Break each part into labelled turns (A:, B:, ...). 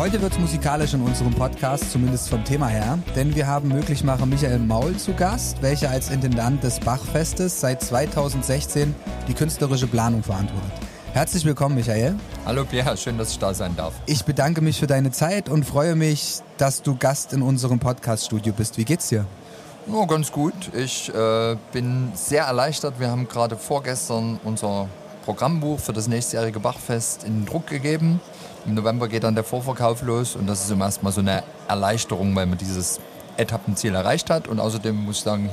A: Heute wird es musikalisch in unserem Podcast, zumindest vom Thema her, denn wir haben Möglichmacher Michael Maul zu Gast, welcher als Intendant des Bachfestes seit 2016 die künstlerische Planung verantwortet. Herzlich willkommen, Michael.
B: Hallo Pierre, schön, dass ich da sein darf.
A: Ich bedanke mich für deine Zeit und freue mich, dass du Gast in unserem Podcast-Studio bist. Wie geht's dir?
B: Oh, ganz gut. Ich bin sehr erleichtert. Wir haben gerade vorgestern unser Programmbuch für das nächstjährige Bachfest in den Druck gegeben. Im November geht dann der Vorverkauf los und das ist im ersten Mal so eine Erleichterung, weil man dieses Etappenziel erreicht hat. Und außerdem muss ich sagen,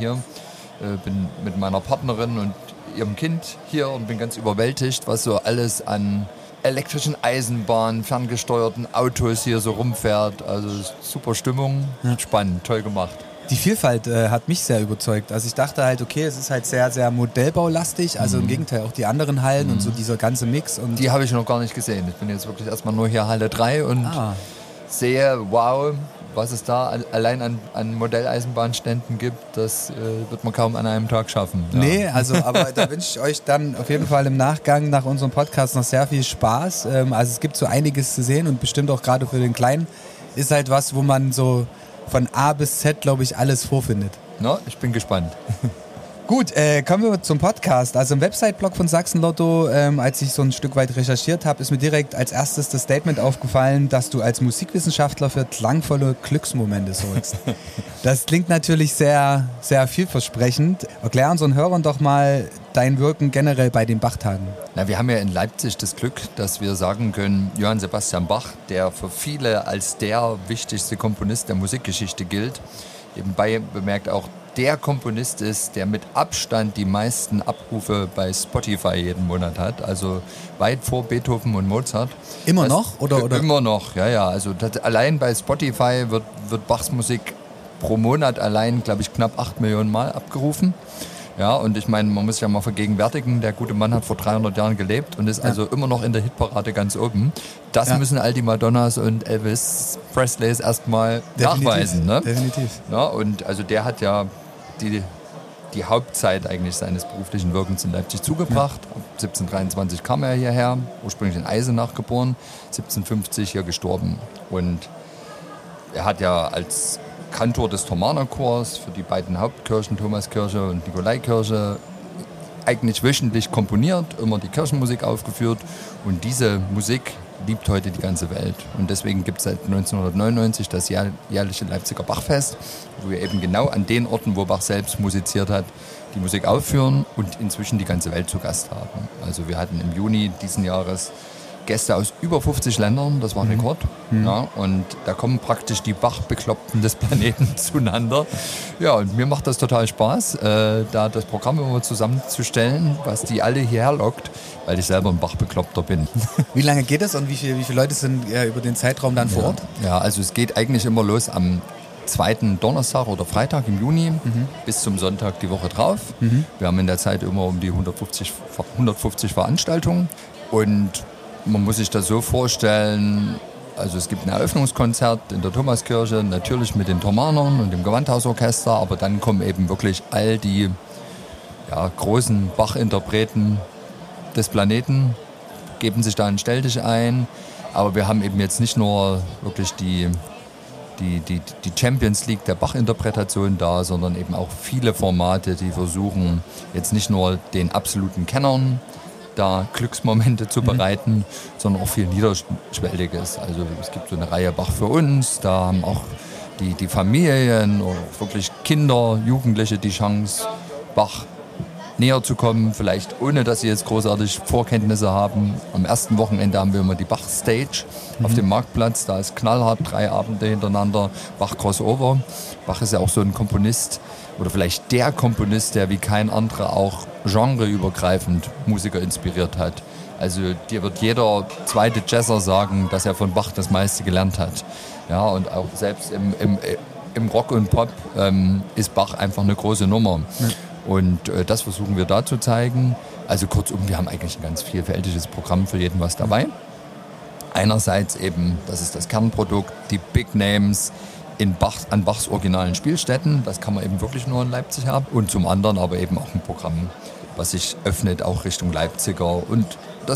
B: bin mit meiner Partnerin und ihrem Kind hier und bin ganz überwältigt, was so alles an elektrischen Eisenbahnen, ferngesteuerten Autos hier so rumfährt. Also super Stimmung, spannend, toll gemacht.
A: Die Vielfalt hat mich sehr überzeugt. Also ich dachte halt, okay, es ist halt sehr, sehr modellbaulastig, also im Gegenteil auch die anderen Hallen und so dieser ganze Mix. Und
B: die habe ich noch gar nicht gesehen. Ich bin jetzt wirklich erstmal nur hier Halle 3 und sehe, wow, was es da allein an Modelleisenbahnständen gibt, das wird man kaum an einem Tag schaffen. Ja.
A: Nee, aber da wünsche ich euch dann auf jeden Fall im Nachgang nach unserem Podcast noch sehr viel Spaß. Also es gibt so einiges zu sehen und bestimmt auch gerade für den Kleinen ist halt was, wo man so von A bis Z, glaube ich, alles vorfindet.
B: No, ich bin gespannt.
A: Gut, kommen wir zum Podcast. Also im Website-Blog von Sachsen-Lotto, als ich so ein Stück weit recherchiert habe, ist mir direkt als erstes das Statement aufgefallen, dass du als Musikwissenschaftler für klangvolle Glücksmomente sorgst. Das klingt natürlich sehr, sehr vielversprechend. Erklär unseren Hörern doch mal dein Wirken generell bei den Bachtagen.
B: Na, wir haben ja in Leipzig das Glück, dass wir sagen können, Johann Sebastian Bach, der für viele als der wichtigste Komponist der Musikgeschichte gilt, nebenbei bemerkt auch der Komponist ist, der mit Abstand die meisten Abrufe bei Spotify jeden Monat hat, also weit vor Beethoven und Mozart.
A: Immer noch? Oder?
B: Immer noch, ja. Also allein bei Spotify wird Bachs Musik pro Monat allein, glaube ich, knapp 8 Millionen Mal abgerufen. Ja, und ich meine, man muss sich ja mal vergegenwärtigen, der gute Mann hat vor 300 Jahren gelebt und ist also immer noch in der Hitparade ganz oben. Das müssen all die Madonnas und Elvis Presleys erstmal nachweisen. Ne?
A: Definitiv.
B: Ja, und also der hat ja die Hauptzeit eigentlich seines beruflichen Wirkens in Leipzig zugebracht. 1723 kam er hierher, ursprünglich in Eisenach geboren, 1750 hier gestorben. Und er hat ja als Kantor des Thomanerchors für die beiden Hauptkirchen, Thomaskirche und Nikolaikirche, eigentlich wöchentlich komponiert, immer die Kirchenmusik aufgeführt und diese Musik liebt heute die ganze Welt. Und deswegen gibt es seit 1999 das jährliche Leipziger Bachfest, wo wir eben genau an den Orten, wo Bach selbst musiziert hat, die Musik aufführen und inzwischen die ganze Welt zu Gast haben. Also wir hatten im Juni diesen Jahres Gäste aus über 50 Ländern, das war Rekord. Ja, und da kommen praktisch die Bach-Bekloppten des Planeten zueinander. Ja, und mir macht das total Spaß, da das Programm immer zusammenzustellen, was die alle hierher lockt, weil ich selber ein Bach-Bekloppter bin.
A: Wie lange geht das und wie viele Leute sind über den Zeitraum dann vor Ort?
B: Ja, also es geht eigentlich immer los am zweiten Donnerstag oder Freitag im Juni bis zum Sonntag die Woche drauf. Wir haben in der Zeit immer um die 150 Veranstaltungen und man muss sich das so vorstellen, also es gibt ein Eröffnungskonzert in der Thomaskirche, natürlich mit den Thomanern und dem Gewandhausorchester, aber dann kommen eben wirklich all die großen Bach-Interpreten des Planeten, geben sich da einen Stelltisch ein, aber wir haben eben jetzt nicht nur wirklich die Champions League der Bach-Interpretation da, sondern eben auch viele Formate, die versuchen jetzt nicht nur den absoluten Kennern da Glücksmomente zu bereiten, sondern auch viel Niederschwelliges. Also es gibt so eine Reihe Bach für uns, da haben auch die Familien oder wirklich Kinder, Jugendliche die Chance, Bach näher zu kommen, vielleicht ohne, dass sie jetzt großartig Vorkenntnisse haben. Am ersten Wochenende haben wir immer die Bach-Stage auf dem Marktplatz, da ist knallhart 3 Abende hintereinander Bach-Crossover. Bach ist ja auch so ein Komponist, oder vielleicht der Komponist, der wie kein anderer auch genreübergreifend Musiker inspiriert hat. Also dir wird jeder zweite Jazzer sagen, dass er von Bach das meiste gelernt hat. Ja, und auch selbst im Rock und Pop ist Bach einfach eine große Nummer. Ja. Und das versuchen wir da zu zeigen. Also kurzum, wir haben eigentlich ein ganz vielfältiges Programm für jeden was dabei. Einerseits eben, das ist das Kernprodukt, die Big Names an Bachs originalen Spielstätten. Das kann man eben wirklich nur in Leipzig haben. Und zum anderen aber eben auch ein Programm, was sich öffnet, auch Richtung Leipziger. Und das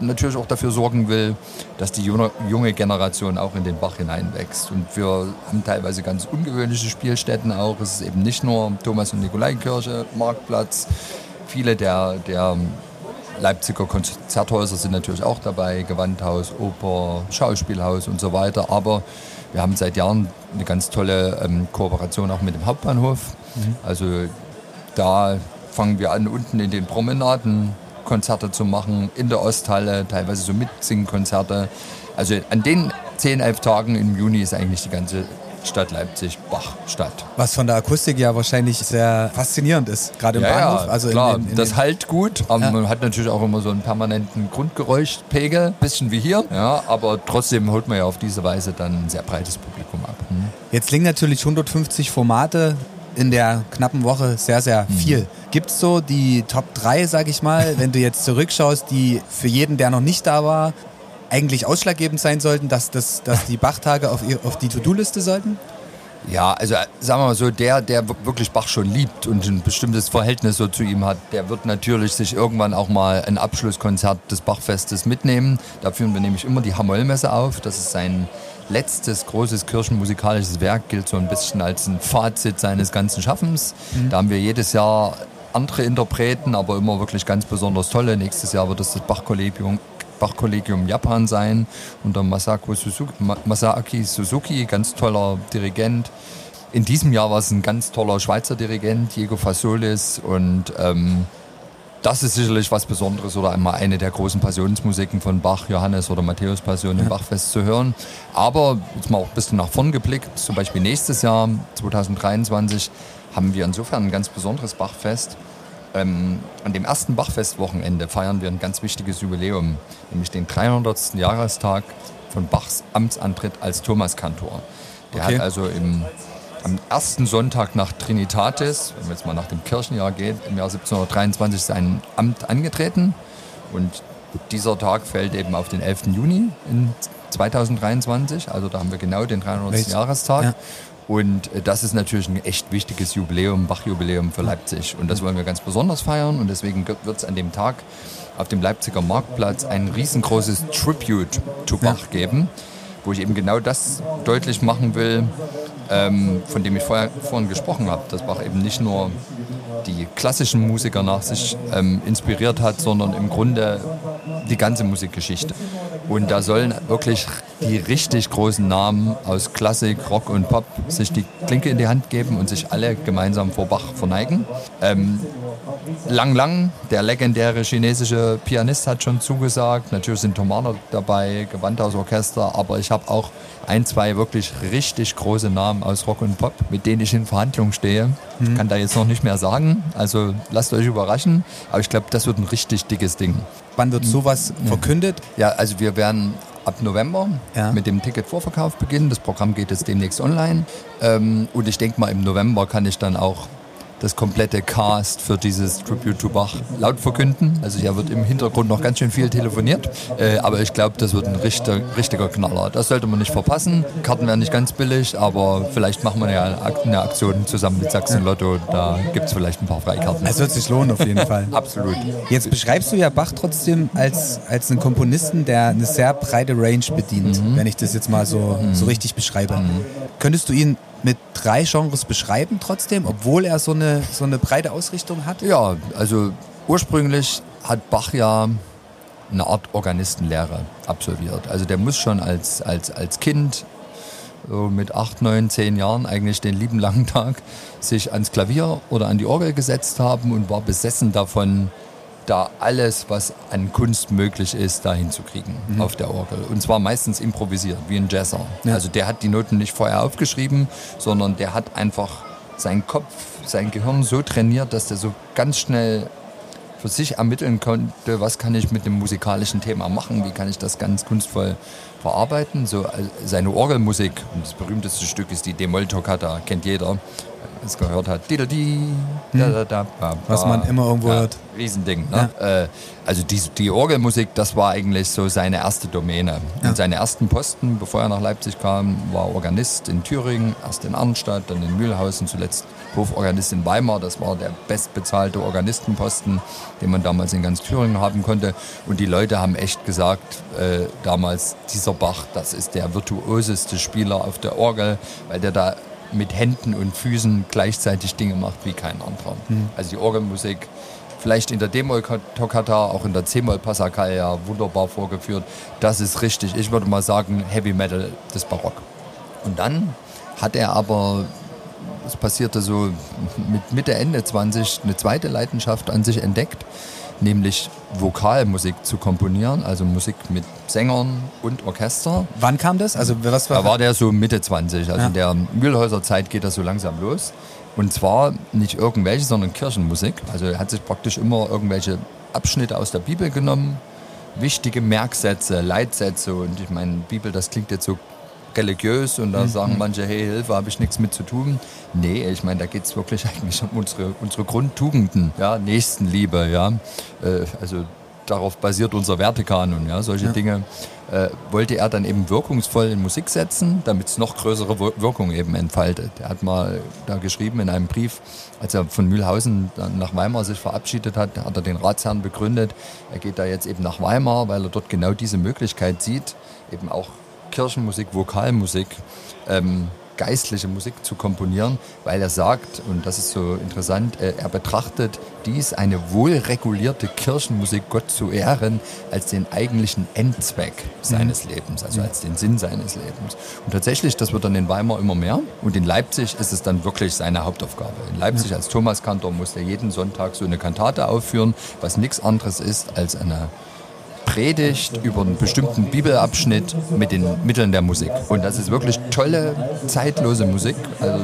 B: natürlich auch dafür sorgen will, dass die junge Generation auch in den Bach hineinwächst. Und wir haben teilweise ganz ungewöhnliche Spielstätten auch. Es ist eben nicht nur Thomas- und Nikolaikirche, Marktplatz. Viele der Leipziger Konzerthäuser sind natürlich auch dabei, Gewandhaus, Oper, Schauspielhaus und so weiter. Aber wir haben seit Jahren eine ganz tolle Kooperation auch mit dem Hauptbahnhof. Also da fangen wir an, unten in den Promenaden Konzerte zu machen, in der Osthalle, teilweise so Mitsingkonzerte. Also an den 10, 11 Tagen im Juni ist eigentlich die ganze Stadt Leipzig Bachstadt.
A: Was von der Akustik ja wahrscheinlich sehr faszinierend ist, gerade im Bahnhof.
B: Ja,
A: also
B: klar, das halt gut, aber
A: Ja.
B: man hat natürlich auch immer so einen permanenten Grundgeräuschpegel, bisschen wie hier, ja, aber trotzdem holt man ja auf diese Weise dann ein sehr breites Publikum ab.
A: Jetzt liegen natürlich 150 Formate in der knappen Woche sehr, sehr viel. Gibt es so die Top 3, sag ich mal, wenn du jetzt zurückschaust, die für jeden, der noch nicht da war, eigentlich ausschlaggebend sein sollten, dass die Bachtage auf die To-Do-Liste sollten?
B: Ja, also sagen wir mal so, der wirklich Bach schon liebt und ein bestimmtes Verhältnis so zu ihm hat, der wird natürlich sich irgendwann auch mal ein Abschlusskonzert des Bachfestes mitnehmen. Da führen wir nämlich immer die Hamollmesse auf. Das ist sein letztes großes kirchenmusikalisches Werk, gilt so ein bisschen als ein Fazit seines ganzen Schaffens. Da haben wir jedes Jahr andere Interpreten, aber immer wirklich ganz besonders tolle. Nächstes Jahr wird es das Bachkollegium Japan sein, unter Masaaki Suzuki, ganz toller Dirigent. In diesem Jahr war es ein ganz toller Schweizer Dirigent, Diego Fasolis, und das ist sicherlich was Besonderes oder einmal eine der großen Passionsmusiken von Bach, Johannes oder Matthäus Passion im Bachfest zu hören. Aber jetzt mal auch ein bisschen nach vorn geblickt, zum Beispiel nächstes Jahr, 2023, haben wir insofern ein ganz besonderes Bachfest. An dem ersten Bachfestwochenende feiern wir ein ganz wichtiges Jubiläum, nämlich den 300. Jahrestag von Bachs Amtsantritt als Thomaskantor. Der hat also am ersten Sonntag nach Trinitatis, wenn man jetzt mal nach dem Kirchenjahr geht, im Jahr 1723 sein Amt angetreten. Und dieser Tag fällt eben auf den 11. Juni in 2023, also da haben wir genau den 300. Jahrestag. Ja. Und das ist natürlich ein echt wichtiges Jubiläum, Bach-Jubiläum für Leipzig. Und das wollen wir ganz besonders feiern. Und deswegen wird es an dem Tag auf dem Leipziger Marktplatz ein riesengroßes Tribute to Bach geben, wo ich eben genau das deutlich machen will, von dem ich vorhin gesprochen habe, dass Bach eben nicht nur die klassischen Musiker nach sich inspiriert hat, sondern im Grunde die ganze Musikgeschichte. Und da sollen wirklich die richtig großen Namen aus Klassik, Rock und Pop sich die Klinke in die Hand geben und sich alle gemeinsam vor Bach verneigen. Lang Lang, der legendäre chinesische Pianist, hat schon zugesagt. Natürlich sind Thomaner dabei, Gewandhausorchester, aber ich habe auch 1, 2 wirklich richtig große Namen aus Rock und Pop, mit denen ich in Verhandlungen stehe. Ich kann da jetzt noch nicht mehr sagen, also lasst euch überraschen. Aber ich glaube, das wird ein richtig dickes Ding.
A: Wann wird sowas verkündet?
B: Ja, also wir werden ab November mit dem Ticketvorverkauf beginnen. Das Programm geht jetzt demnächst online. Und ich denke mal, im November kann ich dann auch das komplette Cast für dieses Tribute to Bach laut verkünden. Also hier wird im Hintergrund noch ganz schön viel telefoniert, aber ich glaube, das wird ein richtiger Knaller. Das sollte man nicht verpassen. Karten werden nicht ganz billig, aber vielleicht machen wir ja eine Aktion zusammen mit Sachsen Lotto. Da gibt es vielleicht ein paar Freikarten.
A: Es wird sich lohnen auf jeden Fall.
B: Absolut.
A: Jetzt beschreibst du ja Bach trotzdem als einen Komponisten, der eine sehr breite Range bedient, wenn ich das jetzt mal so richtig beschreibe. Könntest du ihn mit 3 Genres beschreiben trotzdem, obwohl er so eine breite Ausrichtung hat?
B: Ja, also ursprünglich hat Bach ja eine Art Organistenlehre absolviert. Also der muss schon als Kind so mit 8, 9, 10 Jahren eigentlich den lieben langen Tag sich ans Klavier oder an die Orgel gesetzt haben und war besessen davon, da alles, was an Kunst möglich ist, da hinzukriegen auf der Orgel. Und zwar meistens improvisiert, wie ein Jazzer. Ja. Also der hat die Noten nicht vorher aufgeschrieben, sondern der hat einfach seinen Kopf, sein Gehirn so trainiert, dass der so ganz schnell für sich ermitteln konnte, was kann ich mit dem musikalischen Thema machen, wie kann ich das ganz kunstvoll verarbeiten. So seine Orgelmusik, und das berühmteste Stück ist die D-Moll-Toccata, kennt jeder. es gehört hat.
A: Was man immer irgendwo hört.
B: Riesending. Ne? Ja. Also die Orgelmusik, das war eigentlich so seine erste Domäne. Ja. Und seine ersten Posten, bevor er nach Leipzig kam, war Organist in Thüringen, erst in Arnstadt, dann in Mühlhausen, zuletzt Hoforganist in Weimar. Das war der bestbezahlte Organistenposten, den man damals in ganz Thüringen haben konnte. Und die Leute haben echt gesagt, damals, dieser Bach, das ist der virtuoseste Spieler auf der Orgel, weil der da mit Händen und Füßen gleichzeitig Dinge macht wie kein anderer. Also die Orgelmusik, vielleicht in der D-Moll-Toccata, auch in der C-Moll-Passacaglia wunderbar vorgeführt. Das ist richtig, ich würde mal sagen, Heavy Metal des Barock. Und dann hat er aber, es passierte so mit Mitte, Ende 20, eine zweite Leidenschaft an sich entdeckt, nämlich Vokalmusik zu komponieren, also Musik mit Sängern und Orchester.
A: Wann kam das? Also was war?
B: Da war der so Mitte 20, also in der Mühlhäuser Zeit geht das so langsam los. Und zwar nicht irgendwelche, sondern Kirchenmusik. Also er hat sich praktisch immer irgendwelche Abschnitte aus der Bibel genommen, wichtige Merksätze, Leitsätze. Und ich meine, Bibel, das klingt jetzt so religiös und da sagen manche, hey, Hilfe, habe ich nichts mit zu tun. Nee, ich meine, da geht es wirklich eigentlich um unsere Grundtugenden, ja, Nächstenliebe, ja, also darauf basiert unser Wertekanon, ja, solche Dinge wollte er dann eben wirkungsvoll in Musik setzen, damit es noch größere Wirkung eben entfaltet. Er hat mal da geschrieben in einem Brief, als er von Mühlhausen dann nach Weimar sich verabschiedet hat, hat er den Ratsherrn begründet, er geht da jetzt eben nach Weimar, weil er dort genau diese Möglichkeit sieht, eben auch Kirchenmusik, Vokalmusik, geistliche Musik zu komponieren, weil er sagt, und das ist so interessant, er betrachtet dies, eine wohlregulierte Kirchenmusik Gott zu ehren, als den eigentlichen Endzweck seines Lebens, also als den Sinn seines Lebens. Und tatsächlich, das wird dann in Weimar immer mehr und in Leipzig ist es dann wirklich seine Hauptaufgabe. In Leipzig als Thomaskantor muss er jeden Sonntag so eine Kantate aufführen, was nichts anderes ist als eine Predigt über einen bestimmten Bibelabschnitt mit den Mitteln der Musik. Und das ist wirklich tolle, zeitlose Musik. Also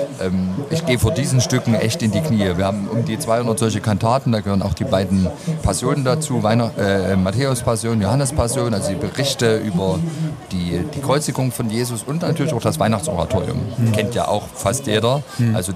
B: ich gehe vor diesen Stücken echt in die Knie. Wir haben um die 200 solche Kantaten, da gehören auch die beiden Passionen dazu, Matthäus-Passion, Johannes-Passion, also die Berichte über die Kreuzigung von Jesus und natürlich auch das Weihnachtsoratorium. Kennt ja auch fast jeder. Also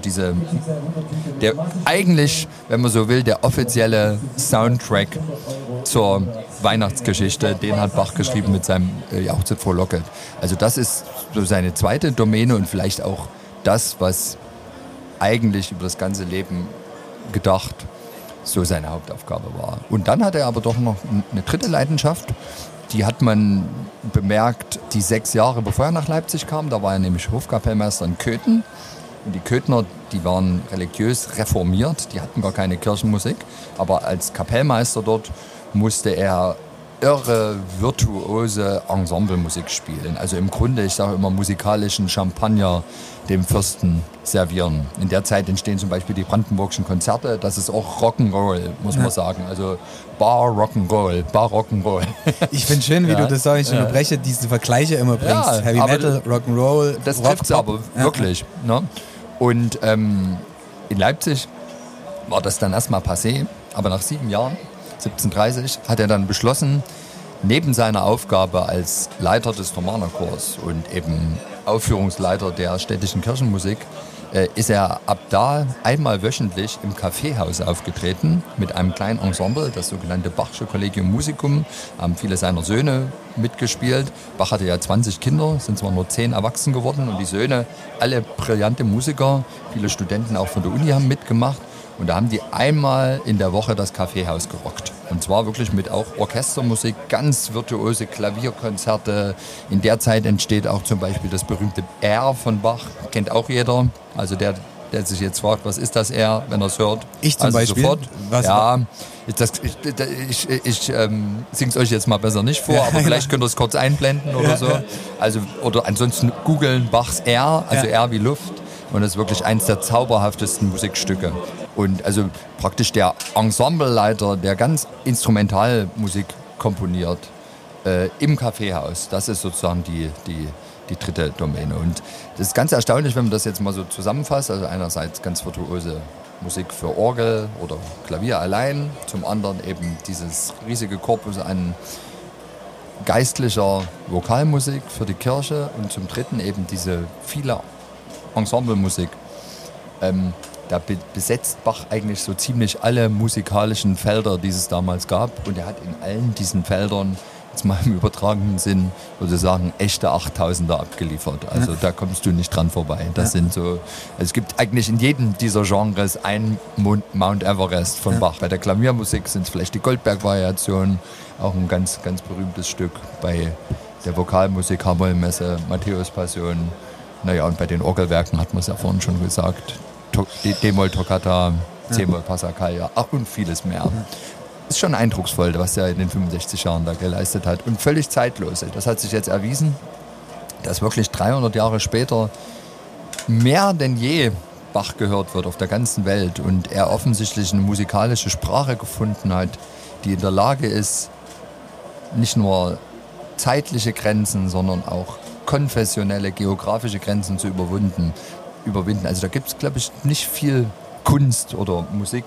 B: der eigentlich, wenn man so will, der offizielle Soundtrack zur Weihnachtsgeschichte, den hat Bach geschrieben mit seinem Jauchzet frohlocket. Also das ist so seine zweite Domäne und vielleicht auch das, was eigentlich über das ganze Leben gedacht so seine Hauptaufgabe war. Und dann hat er aber doch noch eine dritte Leidenschaft, die hat man bemerkt, die 6 Jahre bevor er nach Leipzig kam, da war er nämlich Hofkapellmeister in Köthen. Und die Köthner, die waren religiös reformiert, die hatten gar keine Kirchenmusik, aber als Kapellmeister dort musste er irre, virtuose Ensemblemusik spielen. Also im Grunde, ich sage immer, musikalischen Champagner dem Fürsten servieren. In der Zeit entstehen zum Beispiel die Brandenburgischen Konzerte. Das ist auch Rock'n'Roll, muss man sagen. Also Bar Rock'n'Roll, Bar Rock'n'Roll.
A: Ich finde schön, wie du das, sag ich unterbreche, diese Vergleiche immer bringst. Heavy Metal, Rock'n'Roll,
B: das trifft es aber wirklich. Ne? Und in Leipzig war das dann erstmal passé, aber nach 7 Jahren 1730 hat er dann beschlossen, neben seiner Aufgabe als Leiter des Thomanerchors und eben Aufführungsleiter der städtischen Kirchenmusik, ist er ab da einmal wöchentlich im Kaffeehaus aufgetreten mit einem kleinen Ensemble, das sogenannte Bachsche Collegium Musicum, haben viele seiner Söhne mitgespielt. Bach hatte ja 20 Kinder, sind zwar nur 10 erwachsen geworden und die Söhne, alle brillante Musiker, viele Studenten auch von der Uni haben mitgemacht. Und da haben die einmal in der Woche das Kaffeehaus gerockt. Und zwar wirklich mit auch Orchestermusik, ganz virtuose Klavierkonzerte. In der Zeit entsteht auch zum Beispiel das berühmte R von Bach. Kennt auch jeder. Also der sich jetzt fragt, was ist das R, wenn er es hört.
A: Ich zum Beispiel?
B: Sofort. Ja, ich singe es euch jetzt mal besser nicht vor, aber vielleicht könnt ihr es kurz einblenden oder so. Also, oder ansonsten googeln Bachs R, also R wie Luft. Und das ist wirklich eins der zauberhaftesten Musikstücke. Und also praktisch der Ensembleleiter, der ganz Instrumentalmusik komponiert im Kaffeehaus, das ist sozusagen die dritte Domäne. Und das ist ganz erstaunlich, wenn man das jetzt mal so zusammenfasst. Also einerseits ganz virtuose Musik für Orgel oder Klavier allein, zum anderen eben dieses riesige Korpus an geistlicher Vokalmusik für die Kirche und zum dritten eben diese viele Ensemblemusik Da besetzt Bach eigentlich so ziemlich alle musikalischen Felder, die es damals gab. Und er hat in allen diesen Feldern, jetzt mal im übertragenen Sinn, würde ich sagen, echte 8000er abgeliefert. Also da kommst du nicht dran vorbei. Das sind so, also es gibt eigentlich in jedem dieser Genres ein Mount Everest von Bach. Bei der Klaviermusik sind es vielleicht die Goldberg-Variationen, auch ein ganz, ganz berühmtes Stück. Bei der Vokalmusik Hamollmesse, Matthäus-Passion. Naja, und bei den Orgelwerken hat man es ja vorhin schon gesagt. D-Moll-Toccata, C-Moll-Passacaglia, ach und vieles mehr. Ist schon eindrucksvoll, was er in den 65 Jahren da geleistet hat und völlig zeitlos. Das hat sich jetzt erwiesen, dass wirklich 300 Jahre später mehr denn je Bach gehört wird auf der ganzen Welt und er offensichtlich eine musikalische Sprache gefunden hat, die in der Lage ist, nicht nur zeitliche Grenzen, sondern auch konfessionelle, geografische Grenzen zu überwinden. Also da gibt es, glaube ich, nicht viel Kunst oder Musik,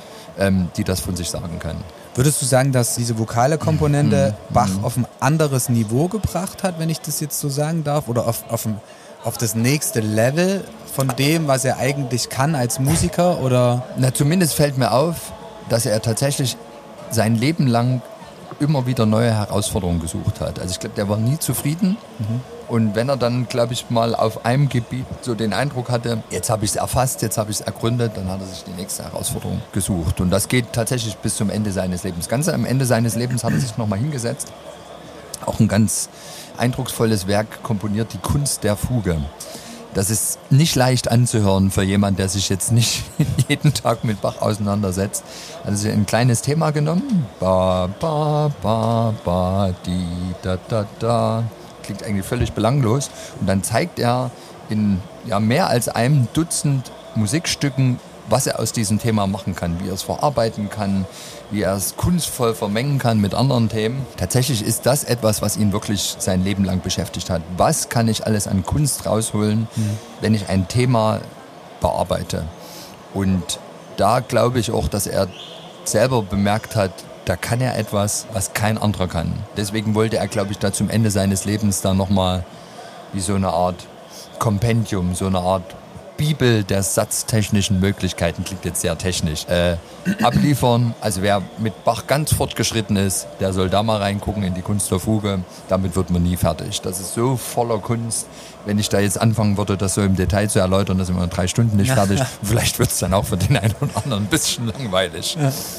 B: die das von sich sagen kann.
A: Würdest du sagen, dass diese vokale Komponente Bach auf ein anderes Niveau gebracht hat, wenn ich das jetzt so sagen darf? Oder auf das nächste Level von dem, was er eigentlich kann als Musiker? Oder?
B: Na, zumindest fällt mir auf, dass er tatsächlich sein Leben lang immer wieder neue Herausforderungen gesucht hat. Also ich glaube, der war nie zufrieden. Und wenn er dann, glaube ich, mal auf einem Gebiet so den Eindruck hatte, jetzt habe ich es erfasst, jetzt habe ich es ergründet, dann hat er sich die nächste Herausforderung gesucht. Und das geht tatsächlich bis zum Ende seines Lebens. Ganz am Ende seines Lebens hat er sich nochmal hingesetzt. Auch ein ganz eindrucksvolles Werk komponiert, die Kunst der Fuge. Das ist nicht leicht anzuhören für jemanden, der sich jetzt nicht jeden Tag mit Bach auseinandersetzt. Also ein kleines Thema genommen. Ba, ba, ba, ba, di, da, da, da. Klingt eigentlich völlig belanglos. Und dann zeigt er in mehr als einem Dutzend Musikstücken, was er aus diesem Thema machen kann, wie er es verarbeiten kann, wie er es kunstvoll vermengen kann mit anderen Themen. Tatsächlich ist das etwas, was ihn wirklich sein Leben lang beschäftigt hat. Was kann ich alles an Kunst rausholen, wenn ich ein Thema bearbeite? Und da glaube ich auch, dass er selber bemerkt hat, da kann er etwas, was kein anderer kann. Deswegen wollte er, glaube ich, da zum Ende seines Lebens dann nochmal wie so eine Art Kompendium, so eine Art Bibel der satztechnischen Möglichkeiten, klingt jetzt sehr technisch, abliefern. Also wer mit Bach ganz fortgeschritten ist, der soll da mal reingucken in die Kunst der Fuge. Damit wird man nie fertig. Das ist so voller Kunst. Wenn ich da jetzt anfangen würde, das so im Detail zu erläutern, dann sind wir in 3 Stunden nicht fertig. Vielleicht wird es dann auch für den einen oder anderen ein bisschen langweilig.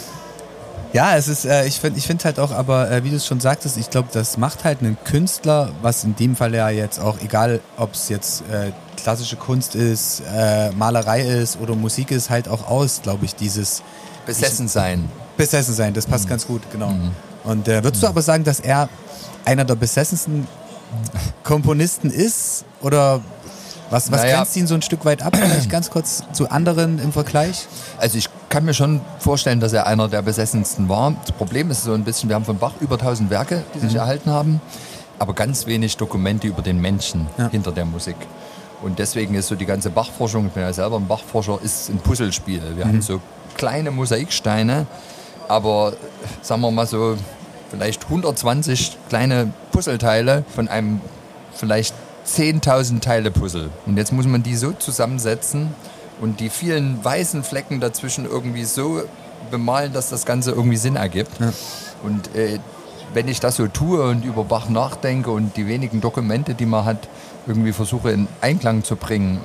A: Ja, es ist, ich finde halt auch, aber wie du es schon sagtest, ich glaube, das macht halt einen Künstler, was in dem Fall ja jetzt auch, egal ob es jetzt klassische Kunst ist, Malerei ist oder Musik ist, halt auch aus, glaube ich, dieses
B: Besessensein.
A: Besessensein, das passt ganz gut, genau. Und würdest du aber sagen, dass er einer der besessensten Komponisten ist? Oder was grenzt ihn so ein Stück weit ab, vielleicht ganz kurz zu anderen im Vergleich?
B: Also ich kann mir schon vorstellen, dass er einer der besessensten war. Das Problem ist so ein bisschen, wir haben von Bach über 1000 Werke, die sich erhalten haben, aber ganz wenig Dokumente über den Menschen hinter der Musik. Und deswegen ist so die ganze Bachforschung, ich bin ja selber ein Bachforscher, ist ein Puzzlespiel. Wir haben so kleine Mosaiksteine, aber sagen wir mal so vielleicht 120 kleine Puzzleteile von einem vielleicht 10.000 Teile Puzzle. Und jetzt muss man die so zusammensetzen und die vielen weißen Flecken dazwischen irgendwie so bemalen, dass das Ganze irgendwie Sinn ergibt. Ja. Und wenn ich das so tue und über Bach nachdenke und die wenigen Dokumente, die man hat, irgendwie versuche in Einklang zu bringen,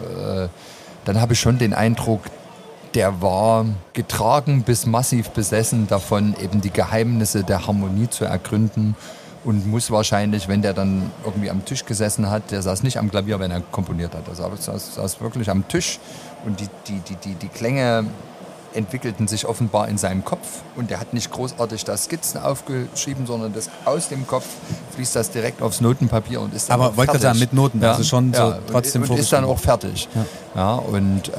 B: dann habe ich schon den Eindruck, der war getragen bis massiv besessen davon, eben die Geheimnisse der Harmonie zu ergründen. Und muss wahrscheinlich, wenn der dann irgendwie am Tisch gesessen hat, der saß nicht am Klavier, wenn er komponiert hat. Der saß wirklich am Tisch und die Klänge entwickelten sich offenbar in seinem Kopf. Und der hat nicht großartig da Skizzen aufgeschrieben, sondern aus dem Kopf fließt das direkt aufs Notenpapier und ist dann
A: aber wollte ich sagen, mit Noten, also schon so trotzdem
B: und ist dann auch fertig. Ja, und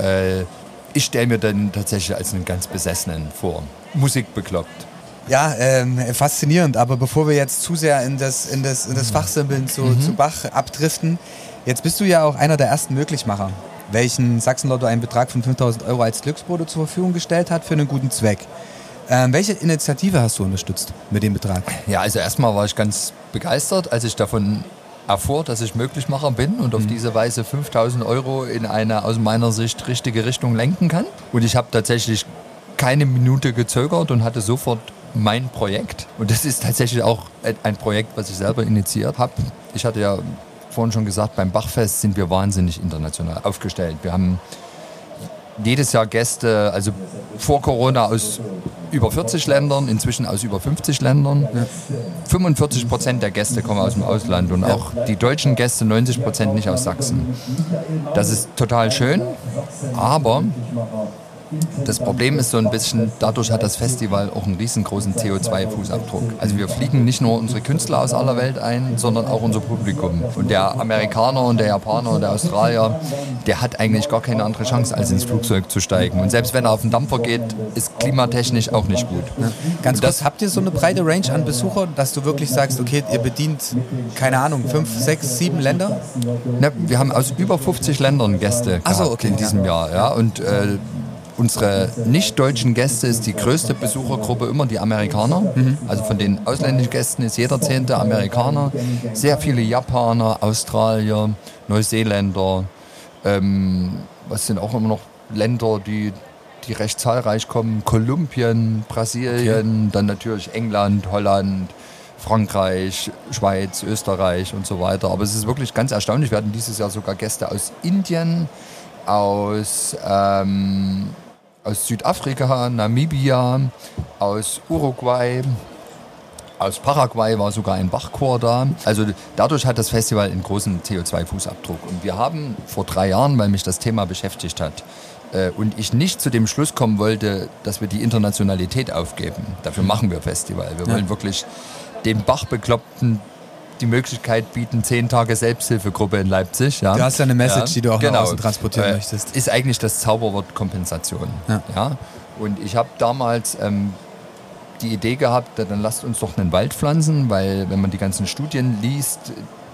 B: ich stelle mir dann tatsächlich als einen ganz Besessenen vor. Musik bekloppt.
A: Ja, faszinierend, aber bevor wir jetzt zu sehr in das Fachsimpeln zu Bach abdriften, jetzt bist du ja auch einer der ersten Möglichmacher, welchen Sachsen-Lotto einen Betrag von 5.000 € als Glücksbote zur Verfügung gestellt hat für einen guten Zweck. Welche Initiative hast du unterstützt mit dem Betrag?
B: Ja, also erstmal war ich ganz begeistert, als ich davon erfuhr, dass ich Möglichmacher bin und auf diese Weise 5.000 € in eine aus meiner Sicht richtige Richtung lenken kann. Und ich habe tatsächlich keine Minute gezögert und hatte sofort mein Projekt. Und das ist tatsächlich auch ein Projekt, was ich selber initiiert habe. Ich hatte ja vorhin schon gesagt, beim Bachfest sind wir wahnsinnig international aufgestellt. Wir haben jedes Jahr Gäste, also vor Corona aus über 40 Ländern, inzwischen aus über 50 Ländern. 45% der Gäste kommen aus dem Ausland und auch die deutschen Gäste 90% nicht aus Sachsen. Das ist total schön, aber das Problem ist so ein bisschen, dadurch hat das Festival auch einen riesengroßen CO2-Fußabdruck. Also wir fliegen nicht nur unsere Künstler aus aller Welt ein, sondern auch unser Publikum. Und der Amerikaner und der Japaner und der Australier, der hat eigentlich gar keine andere Chance, als ins Flugzeug zu steigen. Und selbst wenn er auf den Dampfer geht, ist klimatechnisch auch nicht gut.
A: Ja. Ganz kurz, habt ihr so eine breite Range an Besuchern, dass du wirklich sagst, okay, ihr bedient, keine Ahnung, 5, 6, 7 Länder?
B: Ne, wir haben aus über 50 Ländern Gäste gehabt in diesem Jahr. Ja, und unsere nicht-deutschen Gäste ist die größte Besuchergruppe immer die Amerikaner. Also von den ausländischen Gästen ist jeder 10. Amerikaner. Sehr viele Japaner, Australier, Neuseeländer. Was sind auch immer noch Länder, die recht zahlreich kommen. Kolumbien, Brasilien, dann natürlich England, Holland, Frankreich, Schweiz, Österreich und so weiter. Aber es ist wirklich ganz erstaunlich. Wir hatten dieses Jahr sogar Gäste aus Indien, aus Südafrika, Namibia, aus Uruguay, aus Paraguay war sogar ein Bachchor da. Also dadurch hat das Festival einen großen CO2-Fußabdruck. Und wir haben vor 3 Jahren, weil mich das Thema beschäftigt hat und ich nicht zu dem Schluss kommen wollte, dass wir die Internationalität aufgeben. Dafür machen wir Festival. Wir wollen wirklich den Bachbekloppten die Möglichkeit bieten, 10 Tage Selbsthilfegruppe in Leipzig. Ja.
A: Du hast ja eine Message, die du auch nach außen transportieren möchtest.
B: Ist eigentlich das Zauberwort Kompensation. Ja. Und ich habe damals die Idee gehabt, dann lasst uns doch einen Wald pflanzen, weil wenn man die ganzen Studien liest,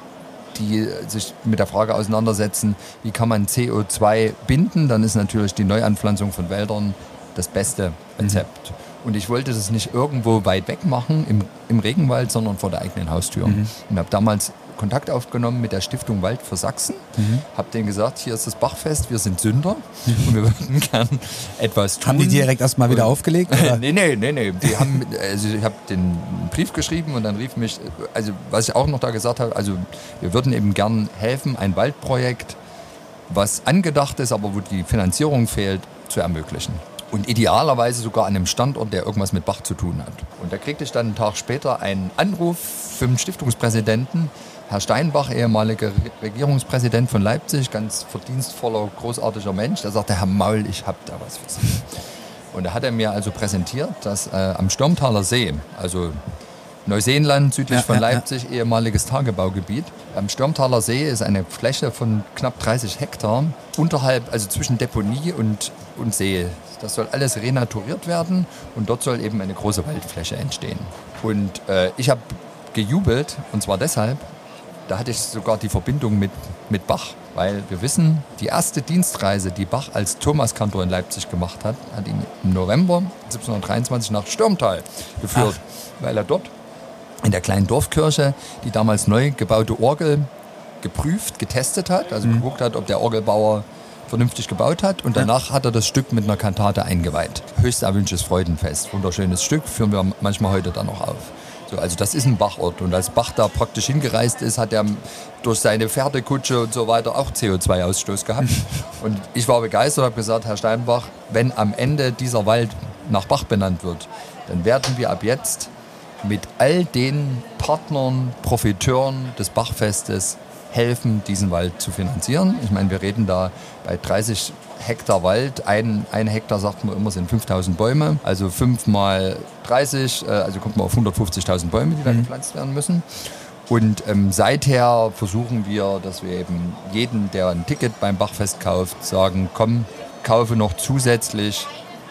B: die sich mit der Frage auseinandersetzen, wie kann man CO2 binden, dann ist natürlich die Neuanpflanzung von Wäldern das beste Rezept. Und ich wollte das nicht irgendwo weit weg machen, im Regenwald, sondern vor der eigenen Haustür. Und habe damals Kontakt aufgenommen mit der Stiftung Wald für Sachsen. Habe denen gesagt, hier ist das Bachfest, wir sind Sünder und wir würden gern etwas tun.
A: Haben die direkt erstmal wieder aufgelegt? Oder?
B: Nee. Die haben, also ich habe den Brief geschrieben und dann rief mich, also was ich auch noch da gesagt habe, also wir würden eben gern helfen, ein Waldprojekt, was angedacht ist, aber wo die Finanzierung fehlt, zu ermöglichen. Und idealerweise sogar an einem Standort, der irgendwas mit Bach zu tun hat. Und da kriegte ich dann einen Tag später einen Anruf vom Stiftungspräsidenten, Herr Steinbach, ehemaliger Regierungspräsident von Leipzig, ganz verdienstvoller, großartiger Mensch. Der sagte, Herr Maul, ich habe da was für Sie. Und da hat er mir also präsentiert, dass am Stürmtaler See, also Neuseeland, südlich von Leipzig, ehemaliges Tagebaugebiet. Am Stürmtaler See ist eine Fläche von knapp 30 Hektar unterhalb, also zwischen Deponie und See. Das soll alles renaturiert werden und dort soll eben eine große Waldfläche entstehen. Und ich habe gejubelt, und zwar deshalb, da hatte ich sogar die Verbindung mit Bach, weil wir wissen, die erste Dienstreise, die Bach als Thomaskantor in Leipzig gemacht hat, hat ihn im November 1723 nach Stürmtal geführt, weil er dort in der kleinen Dorfkirche die damals neu gebaute Orgel geprüft, getestet hat, also geguckt hat, ob der Orgelbauer vernünftig gebaut hat und danach hat er das Stück mit einer Kantate eingeweiht. Höchst erwünschtes Freudenfest, wunderschönes Stück, führen wir manchmal heute dann noch auf. So, also das ist ein Bachort und als Bach da praktisch hingereist ist, hat er durch seine Pferdekutsche und so weiter auch CO2-Ausstoß gehabt. Und ich war begeistert und habe gesagt, Herr Steinbach, wenn am Ende dieser Wald nach Bach benannt wird, dann werden wir ab jetzt mit all den Partnern, Profiteuren des Bachfestes helfen, diesen Wald zu finanzieren. Ich meine, wir reden da bei 30 Hektar Wald. Ein Hektar, sagt man immer, sind 5.000 Bäume. Also 5 mal 30, also kommt man auf 150.000 Bäume, die da gepflanzt werden müssen. Und seither versuchen wir, dass wir eben jeden, der ein Ticket beim Bachfest kauft, sagen, komm, kaufe noch zusätzlich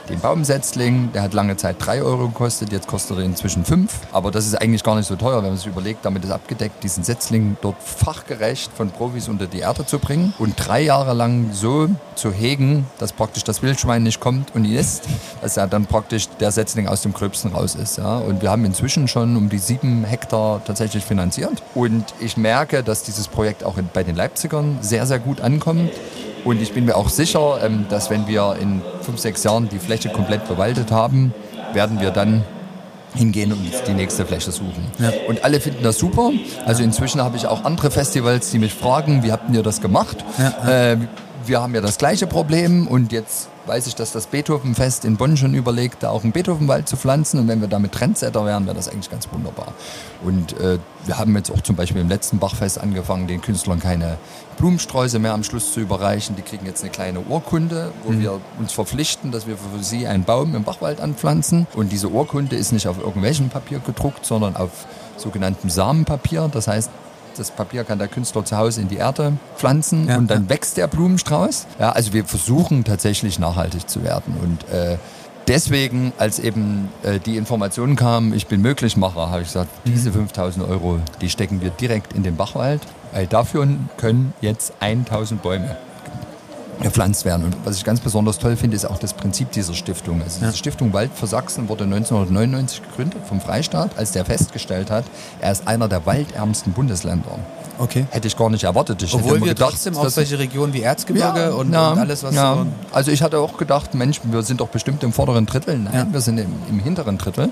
B: den Baumsetzling, der hat lange Zeit 3 Euro gekostet, jetzt kostet er inzwischen 5. Aber das ist eigentlich gar nicht so teuer, wenn man sich überlegt, damit ist abgedeckt, diesen Setzling dort fachgerecht von Profis unter die Erde zu bringen und 3 Jahre lang so zu hegen, dass praktisch das Wildschwein nicht kommt und ihn isst, dass er dann praktisch der Setzling aus dem Gröbsten raus ist. Ja. Und wir haben inzwischen schon um die 7 Hektar tatsächlich finanziert. Und ich merke, dass dieses Projekt auch bei den Leipzigern sehr, sehr gut ankommt. Und ich bin mir auch sicher, dass wenn wir in 5, 6 Jahren die Fläche komplett bewaldet haben, werden wir dann hingehen und uns die nächste Fläche suchen. Ja. Und alle finden das super. Also inzwischen habe ich auch andere Festivals, die mich fragen, wie habt ihr das gemacht? Ja. Wir haben ja das gleiche Problem und jetzt weiß ich, dass das Beethovenfest in Bonn schon überlegt, da auch einen Beethovenwald zu pflanzen und wenn wir damit Trendsetter wären, wäre das eigentlich ganz wunderbar. Und wir haben jetzt auch zum Beispiel im letzten Bachfest angefangen, den Künstlern keine Blumensträuße mehr am Schluss zu überreichen. Die kriegen jetzt eine kleine Urkunde, wo wir uns verpflichten, dass wir für sie einen Baum im Bachwald anpflanzen. Und diese Urkunde ist nicht auf irgendwelchem Papier gedruckt, sondern auf sogenanntem Samenpapier. Das heißt, das Papier kann der Künstler zu Hause in die Erde pflanzen und dann wächst der Blumenstrauß. Ja, also wir versuchen tatsächlich nachhaltig zu werden. Und deswegen, als eben die Informationen kamen, ich bin Möglichmacher, habe ich gesagt, diese 5.000 Euro, die stecken wir direkt in den Bachwald. Weil dafür können jetzt 1.000 Bäume gepflanzt werden. Und was ich ganz besonders toll finde, ist auch das Prinzip dieser Stiftung. Also diese Stiftung Wald für Sachsen wurde 1999 gegründet vom Freistaat, als der festgestellt hat, er ist einer der waldärmsten Bundesländer.
A: Okay.
B: Hätte ich gar nicht erwartet.
A: Obwohl wir gedacht, trotzdem auf solche Regionen wie Erzgebirge und alles, was so...
B: Also ich hatte auch gedacht, Mensch, wir sind doch bestimmt im vorderen Drittel. Nein, wir sind im hinteren Drittel.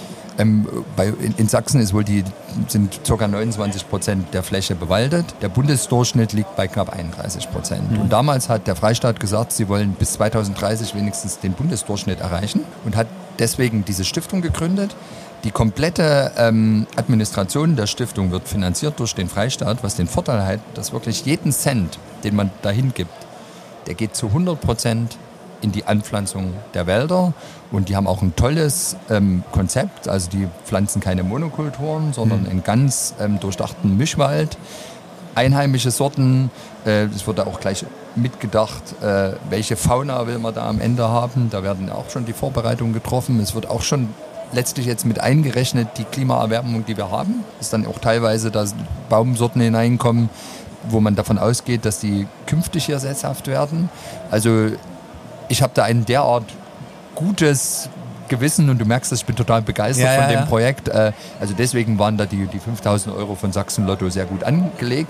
B: In Sachsen sind ca. 29% der Fläche bewaldet. Der Bundesdurchschnitt liegt bei knapp 31%. Und damals hat der Freistaat gesagt, sie wollen bis 2030 wenigstens den Bundesdurchschnitt erreichen und hat deswegen diese Stiftung gegründet. Die komplette Administration der Stiftung wird finanziert durch den Freistaat, was den Vorteil hat, dass wirklich jeden Cent, den man dahin gibt, der geht zu 100% in die Anpflanzung der Wälder und die haben auch ein tolles Konzept, also die pflanzen keine Monokulturen, sondern einen ganz durchdachten Mischwald, einheimische Sorten, es wird auch gleich mitgedacht, welche Fauna will man da am Ende haben, da werden auch schon die Vorbereitungen getroffen, es wird auch schon letztlich jetzt mit eingerechnet die Klimaerwärmung, die wir haben, dass dann auch teilweise da Baumsorten hineinkommen, wo man davon ausgeht, dass die künftig hier sesshaft werden, also ich habe da ein derart gutes Gewissen und du merkst, ich bin total begeistert von dem Projekt. Also deswegen waren da die 5.000 Euro von Sachsen Lotto sehr gut angelegt.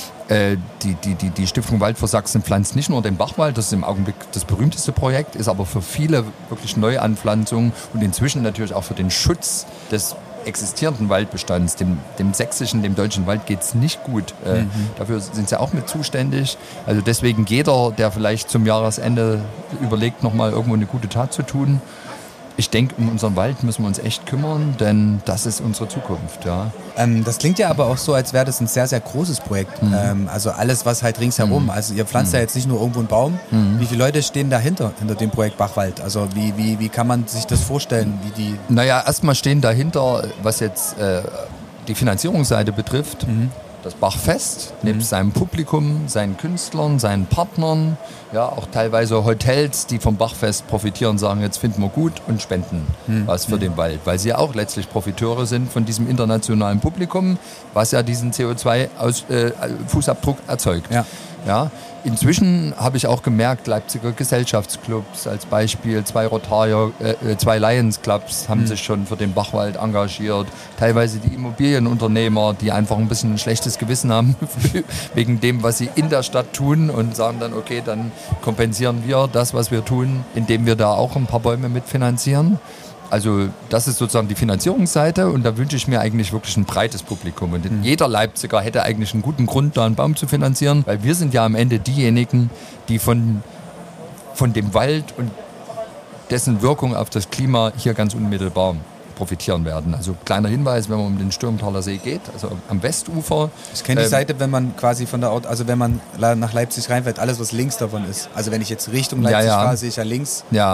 B: Die Stiftung Wald für Sachsen pflanzt nicht nur den Bachwald, das ist im Augenblick das berühmteste Projekt, ist aber für viele wirklich Neuanpflanzungen und inzwischen natürlich auch für den Schutz des existierenden Waldbestands, dem sächsischen, dem deutschen Wald geht es nicht gut. Dafür sind sie auch mit zuständig. Also deswegen jeder, der vielleicht zum Jahresende überlegt, nochmal irgendwo eine gute Tat zu tun, ich denke, um unseren Wald müssen wir uns echt kümmern, denn das ist unsere Zukunft. Ja.
A: Das klingt ja aber auch so, als wäre das ein sehr, sehr großes Projekt. Also alles, was halt ringsherum, also ihr pflanzt ja jetzt nicht nur irgendwo einen Baum. Wie viele Leute stehen dahinter, hinter dem Projekt Bachwald? Also wie kann man sich das vorstellen?
B: Naja, erstmal stehen dahinter, was jetzt die Finanzierungsseite betrifft, das Bachfest, nebst seinem Publikum, seinen Künstlern, seinen Partnern, ja, auch teilweise Hotels, die vom Bachfest profitieren, sagen, jetzt finden wir gut und spenden was für den Wald, weil sie ja auch letztlich Profiteure sind von diesem internationalen Publikum, was ja diesen CO2-Fußabdruck erzeugt. Ja. Ja, inzwischen habe ich auch gemerkt, Leipziger Gesellschaftsclubs als Beispiel, 2 Rotarier, 2 Lions Clubs haben sich schon für den Bachwald engagiert. Teilweise die Immobilienunternehmer, die einfach ein bisschen ein schlechtes Gewissen haben wegen dem, was sie in der Stadt tun und sagen dann, okay, dann kompensieren wir das, was wir tun, indem wir da auch ein paar Bäume mitfinanzieren. Also das ist sozusagen die Finanzierungsseite und da wünsche ich mir eigentlich wirklich ein breites Publikum. Und jeder Leipziger hätte eigentlich einen guten Grund, da einen Baum zu finanzieren, weil wir sind ja am Ende diejenigen, die von dem Wald und dessen Wirkung auf das Klima hier ganz unmittelbar profitieren werden. Also kleiner Hinweis, wenn man um den Stürmtaler See geht, also am Westufer.
A: Ich kenne die Seite, wenn man quasi von der also wenn man nach Leipzig reinfährt, alles was links davon ist. Also wenn ich jetzt Richtung Leipzig fahre, sehe ich ja links.
B: Ja.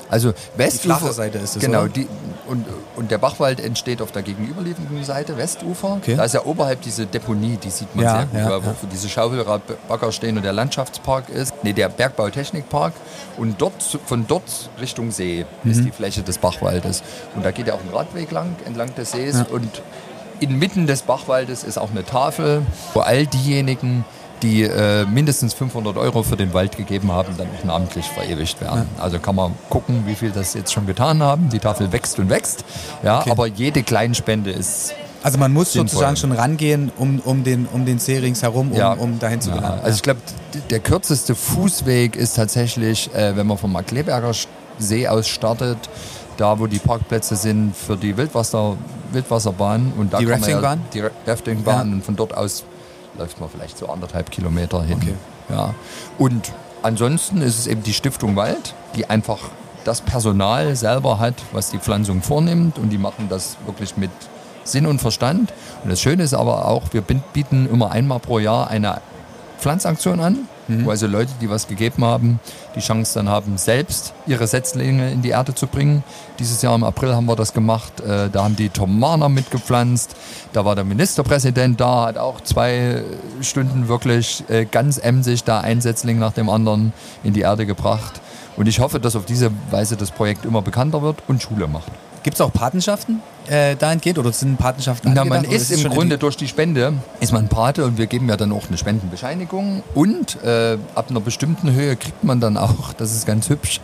B: Also
A: Die flache Seite ist es,
B: genau,
A: oder?
B: Und der Bachwald entsteht auf der gegenüberliegenden Seite, Westufer.
A: Okay.
B: Da ist ja oberhalb diese Deponie, die sieht man sehr gut, wo diese Schaufelradbagger stehen und der Landschaftspark ist. Nee, der Bergbautechnikpark. Und von dort Richtung See ist die Fläche des Bachwaldes. Und da geht ja auch ein Radweg lang, entlang des Sees. Ja. Und inmitten des Bachwaldes ist auch eine Tafel, wo all diejenigen, die mindestens 500 € für den Wald gegeben haben, dann auch namentlich verewigt werden. Ja. Also kann man gucken, wie viel das jetzt schon getan haben. Die Tafel wächst und wächst. Ja, okay. Aber jede Kleinspende ist
A: also man muss sinnvoll. Sozusagen schon rangehen um den See ringsherum, um dahin zu gelangen.
B: Also ich glaube, der kürzeste Fußweg ist tatsächlich, wenn man vom Markkleeberger See aus startet, da wo die Parkplätze sind für die Wildwasserbahn. Und da
A: die Raftingbahn?
B: Die Raftingbahn und von dort aus läuft man vielleicht so 1,5 Kilometer hin.
A: Okay.
B: Ja. Und ansonsten ist es eben die Stiftung Wald, die einfach das Personal selber hat, was die Pflanzung vornimmt, und die machen das wirklich mit Sinn und Verstand. Und das Schöne ist aber auch, wir bieten immer einmal pro Jahr eine Pflanzaktion an, wo also Leute, die was gegeben haben, die Chance dann haben, selbst ihre Setzlinge in die Erde zu bringen. Dieses Jahr im April haben wir das gemacht. Da haben die Thomaner mitgepflanzt. Da war der Ministerpräsident da, hat auch 2 Stunden wirklich ganz emsig da ein Setzling nach dem anderen in die Erde gebracht. Und ich hoffe, dass auf diese Weise das Projekt immer bekannter wird und Schule macht.
A: Gibt es auch Patenschaften dahingehend oder sind Patenschaften angedacht?
B: Man ist im Grunde durch die Spende ist man Pate, und wir geben ja dann auch eine Spendenbescheinigung, und ab einer bestimmten Höhe kriegt man dann auch, das ist ganz hübsch,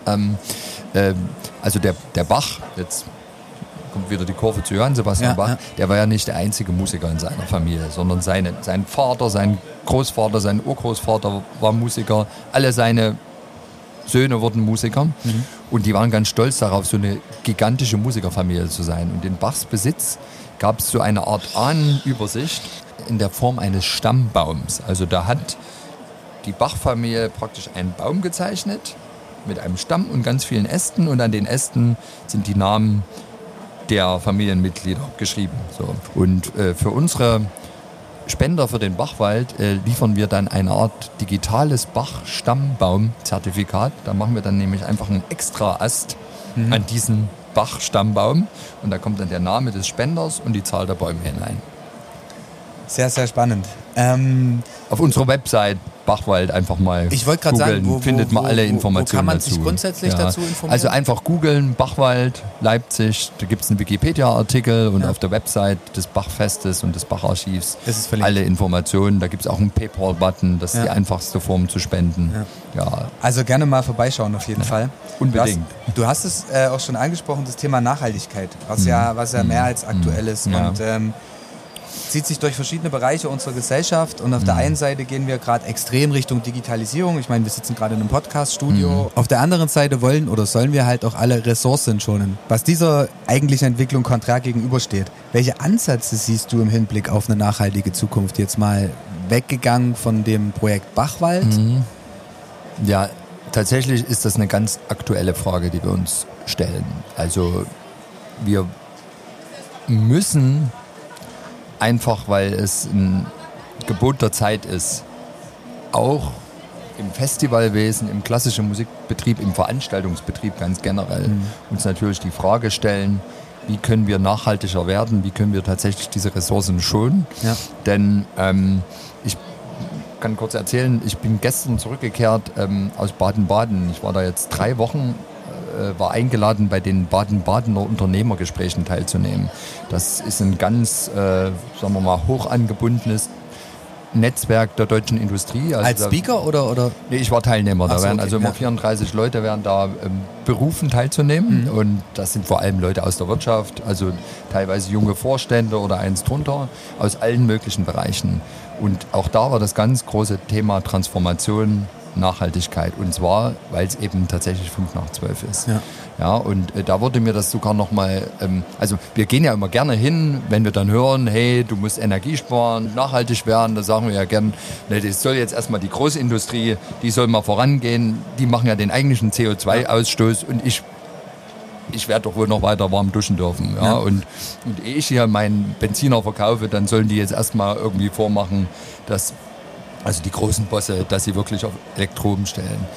B: also der Bach, jetzt kommt wieder die Kurve zu Johann Sebastian Bach, der war ja nicht der einzige Musiker in seiner Familie, sondern sein Vater, sein Großvater, sein Urgroßvater war Musiker, alle seine Söhne wurden Musiker, und die waren ganz stolz darauf, so eine gigantische Musikerfamilie zu sein. Und in Bachs Besitz gab es so eine Art Ahnenübersicht in der Form eines Stammbaums. Also da hat die Bach-Familie praktisch einen Baum gezeichnet mit einem Stamm und ganz vielen Ästen, und an den Ästen sind die Namen der Familienmitglieder geschrieben. So. Und für unsere Spender für den Bachwald liefern wir dann eine Art digitales Bach-Stammbaum-Zertifikat. Da machen wir dann nämlich einfach einen extra Ast an diesen Bach-Stammbaum, und da kommt dann der Name des Spenders und die Zahl der Bäume hinein.
A: Sehr, sehr spannend.
B: Auf unserer Website Bachwald einfach mal
A: ich wollte gerade sagen,
B: findet man alle Informationen dazu.
A: Wo kann man sich grundsätzlich dazu informieren?
B: Also einfach googeln, Bachwald, Leipzig, da gibt es einen Wikipedia-Artikel, und auf der Website des Bachfestes und des Bacharchivs alle Informationen. Da gibt es auch einen PayPal-Button, das ist die einfachste Form zu spenden. Ja.
A: Also gerne mal vorbeischauen auf jeden Fall.
B: Unbedingt.
A: Du hast es auch schon angesprochen, das Thema Nachhaltigkeit, was ja mehr als aktuell ist. Und zieht sich durch verschiedene Bereiche unserer Gesellschaft, und auf der einen Seite gehen wir gerade extrem Richtung Digitalisierung. Ich meine, wir sitzen gerade in einem Podcast-Studio. Auf der anderen Seite wollen oder sollen wir halt auch alle Ressourcen schonen, was dieser eigentlichen Entwicklung konträr gegenübersteht. Welche Ansätze siehst du im Hinblick auf eine nachhaltige Zukunft, jetzt mal weggegangen von dem Projekt Bachwald?
B: Ja, tatsächlich ist das eine ganz aktuelle Frage, die wir uns stellen. Also wir müssen einfach, weil es ein Gebot der Zeit ist, auch im Festivalwesen, im klassischen Musikbetrieb, im Veranstaltungsbetrieb ganz generell, uns natürlich die Frage stellen, wie können wir nachhaltiger werden, wie können wir tatsächlich diese Ressourcen schonen. Ja. Denn ich kann kurz erzählen, ich bin gestern zurückgekehrt aus Baden-Baden. Ich war da jetzt 3 Wochen, war eingeladen, bei den Baden-Badener Unternehmergesprächen teilzunehmen. Das ist ein ganz, sagen wir mal, hoch angebundenes Netzwerk der deutschen Industrie. Also
A: als Speaker oder?
B: Nee, ich war Teilnehmer. Da werden also immer 34 Leute werden da berufen, teilzunehmen. Und das sind vor allem Leute aus der Wirtschaft, also teilweise junge Vorstände oder eins drunter, aus allen möglichen Bereichen. Und auch da war das ganz große Thema Transformation, Nachhaltigkeit. Und zwar, weil es eben tatsächlich 11:55 ist. Ja, und da wurde mir das sogar nochmal, also wir gehen ja immer gerne hin, wenn wir dann hören, hey, du musst Energie sparen, nachhaltig werden, da sagen wir ja gern, ne, das soll jetzt erstmal die Großindustrie, die soll mal vorangehen, die machen ja den eigentlichen CO2-Ausstoß, und ich werde doch wohl noch weiter warm duschen dürfen. Ja? Und ehe ich hier meinen Benziner verkaufe, dann sollen die jetzt erstmal irgendwie vormachen, dass, also die großen Bosse, dass sie wirklich auf Elektro umstellen.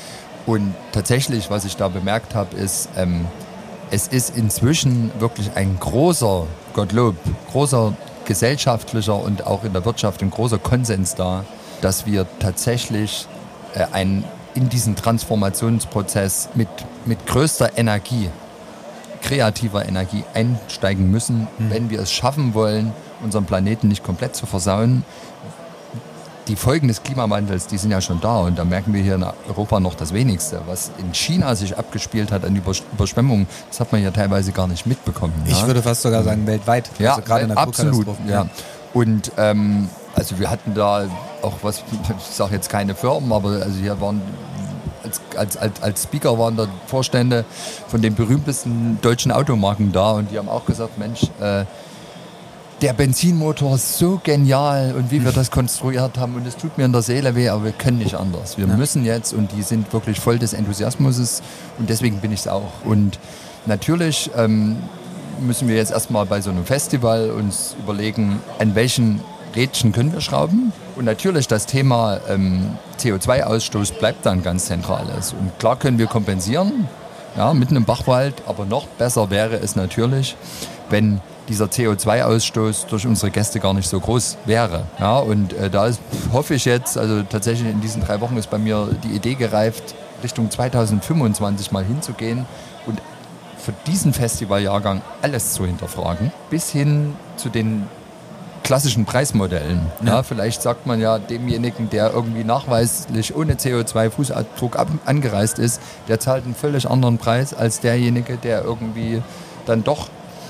B: Und tatsächlich, was ich da bemerkt habe, ist, es ist inzwischen wirklich ein großer, Gottlob, großer gesellschaftlicher und auch in der Wirtschaft ein großer Konsens da, dass wir tatsächlich in diesen Transformationsprozess mit größter Energie, kreativer Energie einsteigen müssen, wenn wir es schaffen wollen, unseren Planeten nicht komplett zu versauen. Die Folgen des Klimawandels, die sind ja schon da und da merken wir hier in Europa noch das Wenigste. Was in China sich abgespielt hat an Überschwemmungen, das hat man ja teilweise gar nicht mitbekommen.
A: Ich würde fast sogar sagen weltweit,
B: ja,
A: also gerade
B: absolut. Ja. Und also wir hatten da auch was, ich sage jetzt keine Firmen, aber also hier waren als Speaker waren da Vorstände von den berühmtesten deutschen Automarken da und die haben auch gesagt, Mensch, der Benzinmotor ist so genial und wie wir das konstruiert haben und es tut mir in der Seele weh, aber wir können nicht anders. Wir müssen jetzt und die sind wirklich voll des Enthusiasmus und deswegen bin ich es auch. Und natürlich müssen wir jetzt erstmal bei so einem Festival uns überlegen, an welchen Rädchen können wir schrauben. Und natürlich das Thema CO2-Ausstoß bleibt dann ganz zentrales. Und klar können wir kompensieren, ja, mitten im Bachwald, aber noch besser wäre es natürlich, wenn dieser CO2-Ausstoß durch unsere Gäste gar nicht so groß wäre. Ja, und hoffe ich jetzt, also tatsächlich in diesen 3 Wochen ist bei mir die Idee gereift, Richtung 2025 mal hinzugehen und für diesen Festivaljahrgang alles zu hinterfragen, bis hin zu den klassischen Preismodellen. Ja, vielleicht sagt man ja demjenigen, der irgendwie nachweislich ohne CO2-Fußabdruck angereist ist, der zahlt einen völlig anderen Preis als derjenige, der irgendwie dann doch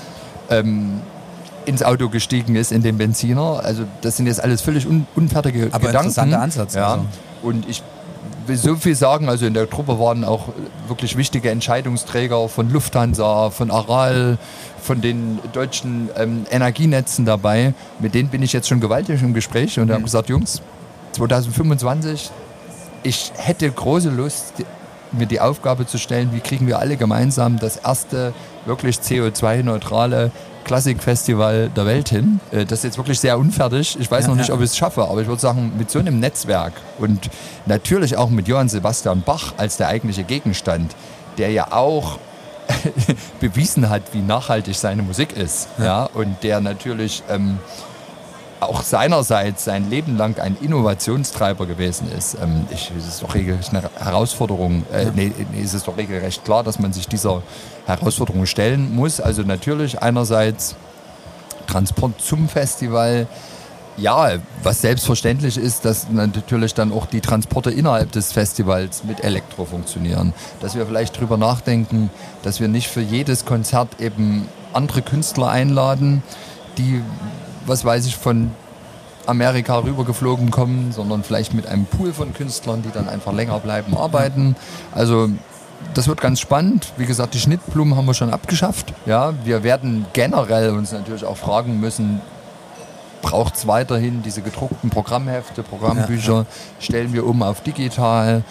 B: ins Auto gestiegen ist, in den Benziner. Also das sind jetzt alles völlig unfertige
A: aber
B: Gedanken.
A: Interessanter Ansatz.
B: Ja.
A: Also.
B: Und ich will so viel sagen, also in der Truppe waren auch wirklich wichtige Entscheidungsträger von Lufthansa, von Aral, von den deutschen Energienetzen dabei. Mit denen bin ich jetzt schon gewaltig im Gespräch und haben gesagt, Jungs, 2025, ich hätte große Lust, mir die Aufgabe zu stellen, wie kriegen wir alle gemeinsam das erste wirklich CO2-neutrale Klassikfestival der Welt hin. Das ist jetzt wirklich sehr unfertig. Ich weiß noch nicht, ob ich es schaffe, aber ich würde sagen, mit so einem Netzwerk und natürlich auch mit Johann Sebastian Bach als der eigentliche Gegenstand, der ja auch bewiesen hat, wie nachhaltig seine Musik ist. Ja, und der natürlich auch seinerseits sein Leben lang ein Innovationstreiber gewesen ist. Es ist doch regelrecht eine Herausforderung. Es ist doch regelrecht klar, dass man sich dieser Herausforderung stellen muss. Also natürlich einerseits Transport zum Festival. Ja, was selbstverständlich ist, dass natürlich dann auch die Transporte innerhalb des Festivals mit Elektro funktionieren. Dass wir vielleicht drüber nachdenken, dass wir nicht für jedes Konzert eben andere Künstler einladen, die, was weiß ich, von Amerika rübergeflogen kommen, sondern vielleicht mit einem Pool von Künstlern, die dann einfach länger bleiben, arbeiten. Also das wird ganz spannend. Wie gesagt, die Schnittblumen haben wir schon abgeschafft. Ja, wir werden generell uns natürlich auch fragen müssen, braucht es weiterhin diese gedruckten Programmhefte, Programmbücher, stellen wir um auf digital,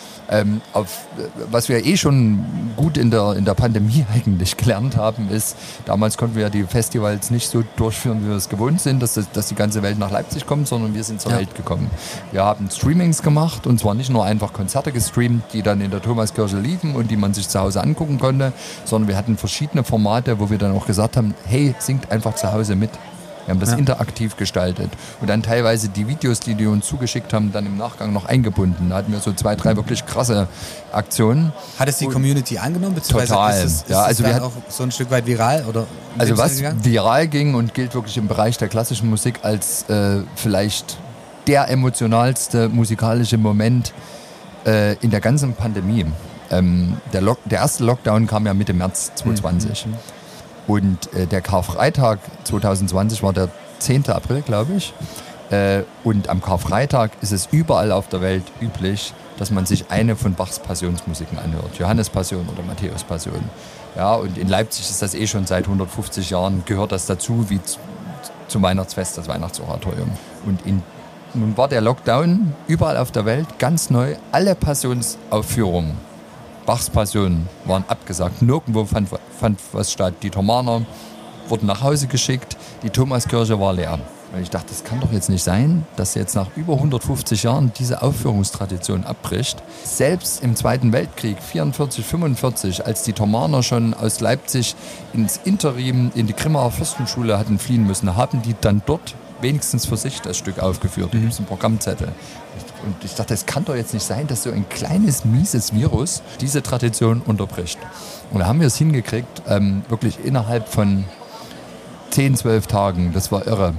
B: was wir schon gut in der Pandemie eigentlich gelernt haben, ist, damals konnten wir ja die Festivals nicht so durchführen, wie wir es gewohnt sind, dass die ganze Welt nach Leipzig kommt, sondern wir sind zur Welt gekommen. Wir haben Streamings gemacht und zwar nicht nur einfach Konzerte gestreamt, die dann in der Thomaskirche liefen und die man sich zu Hause angucken konnte, sondern wir hatten verschiedene Formate, wo wir dann auch gesagt haben, hey, singt einfach zu Hause mit. Wir haben das interaktiv gestaltet und dann teilweise die Videos, die uns zugeschickt haben, dann im Nachgang noch eingebunden. Da hatten wir so 2, 3 wirklich krasse Aktionen.
A: Hat es die Community angenommen?
B: Total.
A: Ist es dann auch so ein Stück weit viral? Oder
B: also was viral ging und gilt wirklich im Bereich der klassischen Musik als vielleicht der emotionalste musikalische Moment in der ganzen Pandemie. Der erste Lockdown kam ja Mitte März 2020. Und der Karfreitag 2020 war der 10. April, glaube ich. Und am Karfreitag ist es überall auf der Welt üblich, dass man sich eine von Bachs Passionsmusiken anhört. Johannes Passion oder Matthäus Passion. Ja, und in Leipzig ist das schon seit 150 Jahren, gehört das dazu, wie zum Weihnachtsfest, das Weihnachtsoratorium. Und nun war der Lockdown überall auf der Welt ganz neu. Alle Passionsaufführungen, Bachs Passionen, waren abgesagt. Nirgendwo fand was statt. Die Thomaner wurden nach Hause geschickt. Die Thomaskirche war leer. Und ich dachte, das kann doch jetzt nicht sein, dass jetzt nach über 150 Jahren diese Aufführungstradition abbricht. Selbst im Zweiten Weltkrieg, 44, 45, als die Thomaner schon aus Leipzig ins Interim in die Grimmaer Fürstenschule hatten fliehen müssen, haben die dann dort wenigstens für sich das Stück aufgeführt. Da gibt es einen Programmzettel. Und ich dachte, es kann doch jetzt nicht sein, dass so ein kleines, mieses Virus diese Tradition unterbricht. Und da haben wir es hingekriegt, wirklich innerhalb von 10, 12 Tagen, das war irre,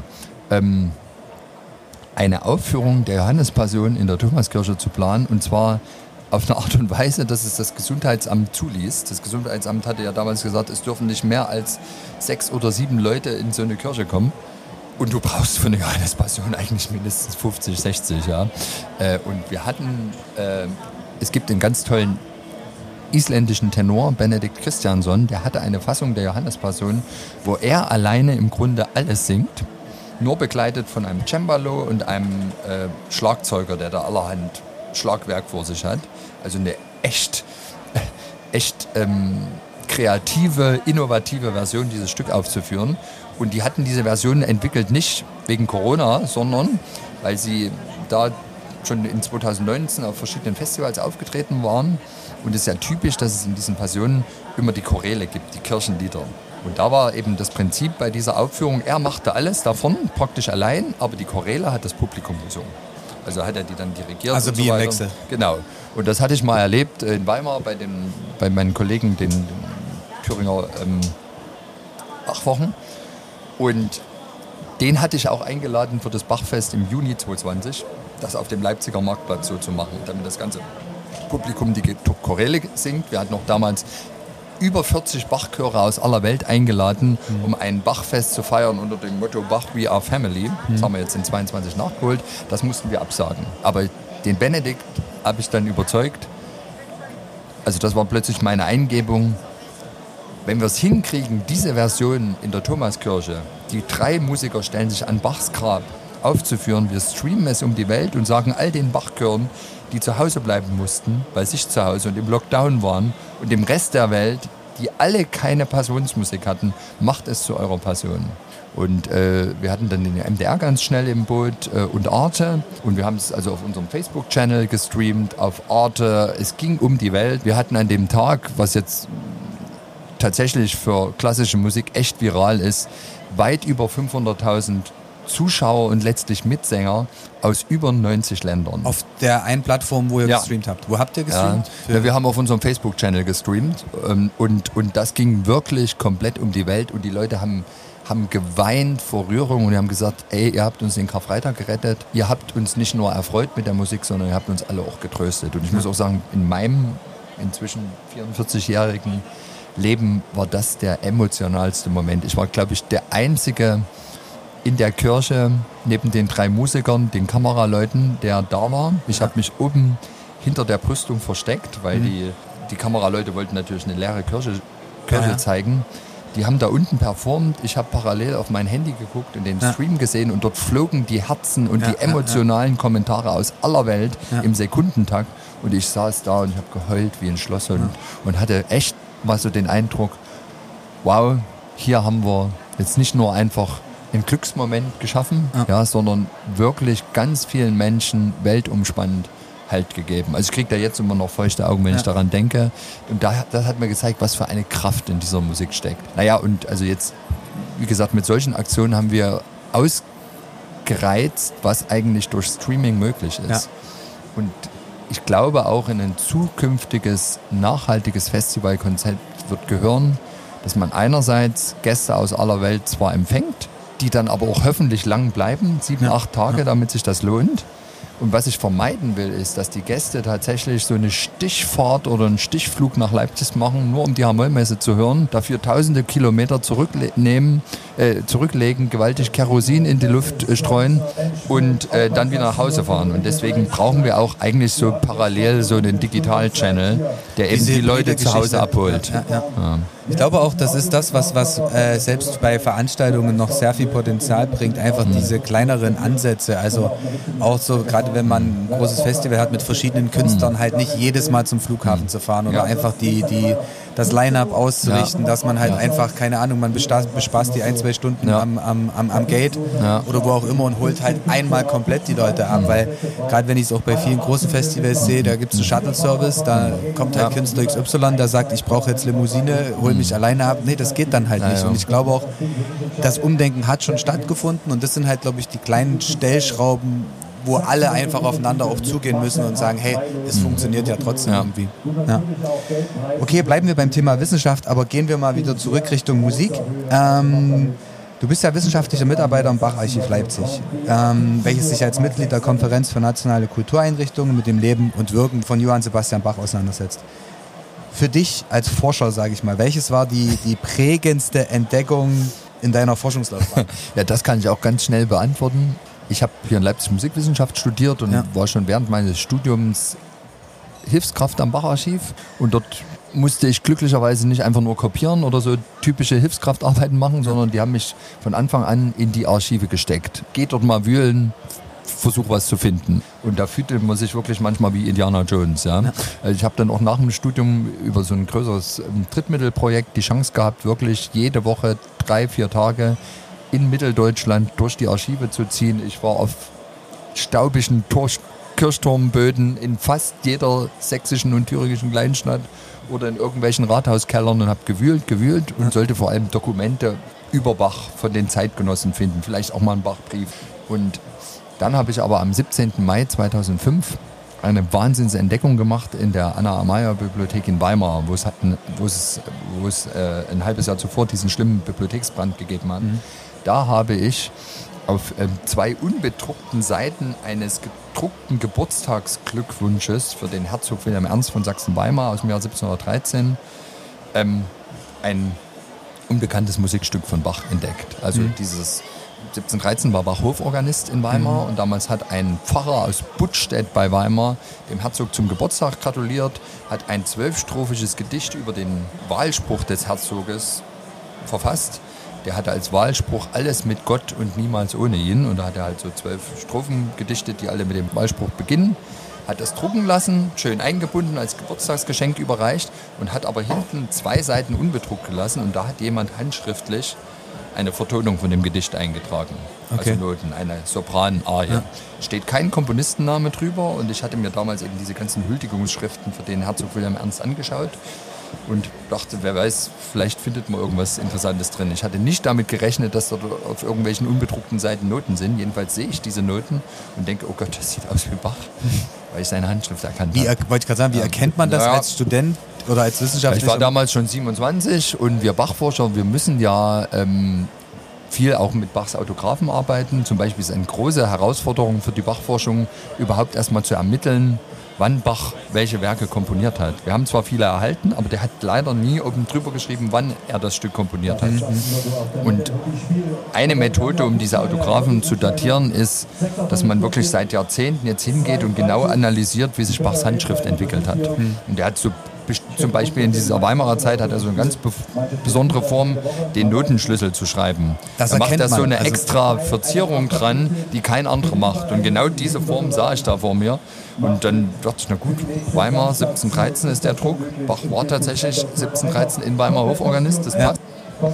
B: eine Aufführung der Johannespassion in der Thomaskirche zu planen, und zwar auf eine Art und Weise, dass es das Gesundheitsamt zuließ. Das Gesundheitsamt hatte ja damals gesagt, es dürfen nicht mehr als 6 oder 7 Leute in so eine Kirche kommen. Und du brauchst für eine Johannespassion eigentlich mindestens 50, 60, ja. Und wir hatten, es gibt einen ganz tollen isländischen Tenor, Benedikt Kristjansson, der hatte eine Fassung der Johannespassion, wo er alleine im Grunde alles singt, nur begleitet von einem Cembalo und einem Schlagzeuger, der da allerhand Schlagwerk vor sich hat. Also eine echt kreative, innovative Version, dieses Stück aufzuführen. Und die hatten diese Version entwickelt nicht wegen Corona, sondern weil sie da schon in 2019 auf verschiedenen Festivals aufgetreten waren. Und es ist ja typisch, dass es in diesen Passionen immer die Choräle gibt, die Kirchenlieder. Und da war eben das Prinzip bei dieser Aufführung, er machte alles davon, praktisch allein, aber die Choräle hat das Publikum gesungen. Also hat er die dann dirigiert.
A: Also
B: und
A: wie
B: so
A: im
B: weiter.
A: Wechsel.
B: Genau. Und das hatte ich mal erlebt in Weimar bei meinen Kollegen, den Thüringer Bachwochen. Und den hatte ich auch eingeladen für das Bachfest im Juni 2020, das auf dem Leipziger Marktplatz so zu machen, damit das ganze Publikum die Choräle singt. Wir hatten noch damals über 40 Bachchöre aus aller Welt eingeladen, um ein Bachfest zu feiern unter dem Motto Bach We Are Family. Das haben wir jetzt in 22 nachgeholt. Das mussten wir absagen. Aber den Benedikt habe ich dann überzeugt. Also das war plötzlich meine Eingebung. Wenn wir es hinkriegen, diese Version in der Thomaskirche, die 3 Musiker stellen sich an Bachs Grab aufzuführen, wir streamen es um die Welt und sagen all den Bachchören, die zu Hause bleiben mussten, bei sich zu Hause und im Lockdown waren, und dem Rest der Welt, die alle keine Passionsmusik hatten, macht es zu eurer Passion. Und wir hatten dann den MDR ganz schnell im Boot und Arte, und wir haben es also auf unserem Facebook-Channel gestreamt, auf Arte. Es ging um die Welt. Wir hatten an dem Tag, was jetzt tatsächlich für klassische Musik echt viral ist, weit über 500.000 Zuschauer und letztlich Mitsänger aus über 90 Ländern.
A: Auf der einen Plattform, wo ihr gestreamt habt. Wo habt ihr gestreamt?
B: Ja, wir haben auf unserem Facebook-Channel gestreamt, und das ging wirklich komplett um die Welt, und die Leute haben geweint vor Rührung, und die haben gesagt, ey, ihr habt uns den Karfreitag gerettet, ihr habt uns nicht nur erfreut mit der Musik, sondern ihr habt uns alle auch getröstet. Und ich muss auch sagen, in meinem inzwischen 44-jährigen Leben war das der emotionalste Moment. Ich war, glaube ich, der Einzige in der Kirche, neben den 3 Musikern, den Kameraleuten, der da war. Ich habe mich oben hinter der Brüstung versteckt, weil die Kameraleute wollten natürlich eine leere Kirche zeigen. Die haben da unten performt. Ich habe parallel auf mein Handy geguckt und den Stream gesehen, und dort flogen die Herzen und die emotionalen Kommentare aus aller Welt im Sekundentakt. Und ich saß da und ich habe geheult wie ein Schlosshund und hatte echt mal so den Eindruck, wow, hier haben wir jetzt nicht nur einfach einen Glücksmoment geschaffen, sondern wirklich ganz vielen Menschen weltumspannend Halt gegeben. Also ich kriege da jetzt immer noch feuchte Augen, wenn ich daran denke. Und das hat mir gezeigt, was für eine Kraft in dieser Musik steckt. Naja, und also jetzt, wie gesagt, mit solchen Aktionen haben wir ausgereizt, was eigentlich durch Streaming möglich ist. Ja. Und ich glaube, auch in ein zukünftiges, nachhaltiges Festivalkonzept wird gehören, dass man einerseits Gäste aus aller Welt zwar empfängt, die dann aber auch hoffentlich lang bleiben, 7, 8 Tage, damit sich das lohnt. Und was ich vermeiden will, ist, dass die Gäste tatsächlich so eine Stichfahrt oder einen Stichflug nach Leipzig machen, nur um die Hamollmesse zu hören, dafür tausende Kilometer zurücklegen, gewaltig Kerosin in die Luft streuen und dann wieder nach Hause fahren. Und deswegen brauchen wir auch eigentlich so parallel so einen Digital-Channel, der eben die Leute zu Hause abholt. Ja.
A: Ich glaube auch, das ist das, was selbst bei Veranstaltungen noch sehr viel Potenzial bringt, einfach diese kleineren Ansätze. Also auch so, gerade wenn man ein großes Festival hat mit verschiedenen Künstlern, halt nicht jedes Mal zum Flughafen zu fahren oder einfach die das Line-Up auszurichten, dass man halt einfach, keine Ahnung, man bespaßt die 1-2 Stunden am Gate oder wo auch immer und holt halt einmal komplett die Leute ab, weil gerade wenn ich es auch bei vielen großen Festivals sehe, da gibt es einen Shuttle-Service, da kommt halt Künstler XY, der sagt, ich brauche jetzt Limousine, hol mich alleine ab. Nee, das geht dann halt nicht. Und ich glaube auch, das Umdenken hat schon stattgefunden und das sind halt, glaube ich, die kleinen Stellschrauben, wo alle einfach aufeinander auch zugehen müssen und sagen, hey, es funktioniert ja trotzdem irgendwie. Ja. Okay, bleiben wir beim Thema Wissenschaft, aber gehen wir mal wieder zurück Richtung Musik. Du bist ja wissenschaftlicher Mitarbeiter im Bach-Archiv Leipzig, welches sich als Mitglied der Konferenz für nationale Kultureinrichtungen mit dem Leben und Wirken von Johann Sebastian Bach auseinandersetzt. Für dich als Forscher, sage ich mal, welches war die prägendste Entdeckung in deiner Forschungslaufbahn?
B: Ja, das kann ich auch ganz schnell beantworten. Ich habe hier in Leipzig Musikwissenschaft studiert und war schon während meines Studiums Hilfskraft am Bach-Archiv. Und dort musste ich glücklicherweise nicht einfach nur kopieren oder so typische Hilfskraftarbeiten machen, sondern die haben mich von Anfang an in die Archive gesteckt. Geht dort mal wühlen, versuch was zu finden. Und da fühlte man sich wirklich manchmal wie Indiana Jones. Ja? Also ich habe dann auch nach dem Studium über so ein größeres Drittmittelprojekt die Chance gehabt, wirklich jede Woche 3-4 Tage in Mitteldeutschland durch die Archive zu ziehen. Ich war auf staubigen Kirchturmböden in fast jeder sächsischen und thüringischen Kleinstadt oder in irgendwelchen Rathauskellern und habe gewühlt und sollte vor allem Dokumente über Bach von den Zeitgenossen finden, vielleicht auch mal einen Bachbrief. Und dann habe ich aber am 17. Mai 2005 eine Wahnsinnsentdeckung gemacht in der Anna-Amayer-Bibliothek in Weimar, wo es ein halbes Jahr zuvor diesen schlimmen Bibliotheksbrand gegeben hat. Da habe ich auf 2 unbedruckten Seiten eines gedruckten Geburtstagsglückwunsches für den Herzog Wilhelm Ernst von Sachsen-Weimar aus dem Jahr 1713 ein unbekanntes Musikstück von Bach entdeckt. Also dieses 1713 war Bach Hoforganist in Weimar und damals hat ein Pfarrer aus Buttstedt bei Weimar dem Herzog zum Geburtstag gratuliert, hat ein 12-strophisches Gedicht über den Wahlspruch des Herzoges verfasst. Der hatte als Wahlspruch alles mit Gott und niemals ohne ihn. Und da hat er halt so 12 Strophen gedichtet, die alle mit dem Wahlspruch beginnen. Hat das drucken lassen, schön eingebunden, als Geburtstagsgeschenk überreicht und hat aber hinten 2 Seiten unbedruckt gelassen. Und da hat jemand handschriftlich eine Vertonung von dem Gedicht eingetragen. Okay. Also Noten, eine Sopran-Arie. Ja. Steht kein Komponistenname drüber und ich hatte mir damals eben diese ganzen Huldigungsschriften für den Herzog Wilhelm Ernst angeschaut und dachte, wer weiß, vielleicht findet man irgendwas Interessantes drin. Ich hatte nicht damit gerechnet, dass dort auf irgendwelchen unbedruckten Seiten Noten sind. Jedenfalls sehe ich diese Noten und denke, oh Gott, das sieht aus wie Bach, weil ich seine Handschrift erkannt habe.
A: Wollte ich gerade sagen, wie erkennt man das als Student oder als Wissenschaftler?
B: Ich war damals schon 27 und wir Bachforscher, wir müssen ja viel auch mit Bachs Autographen arbeiten. Zum Beispiel ist eine große Herausforderung für die Bachforschung, überhaupt erstmal zu ermitteln, wann Bach welche Werke komponiert hat. Wir haben zwar viele erhalten, aber der hat leider nie oben drüber geschrieben, wann er das Stück komponiert hat. Und eine Methode, um diese Autographen zu datieren, ist, dass man wirklich seit Jahrzehnten jetzt hingeht und genau analysiert, wie sich Bachs Handschrift entwickelt hat. Und der hat so zum Beispiel in dieser Weimarer Zeit hat er so eine ganz besondere Form, den Notenschlüssel zu schreiben. Da macht er so eine extra Verzierung dran, die kein anderer macht. Und genau diese Form sah ich da vor mir. Und dann dachte ich, na gut, Weimar 1713 ist der Druck. Bach war tatsächlich 1713 in Weimar Hoforganist, das passt.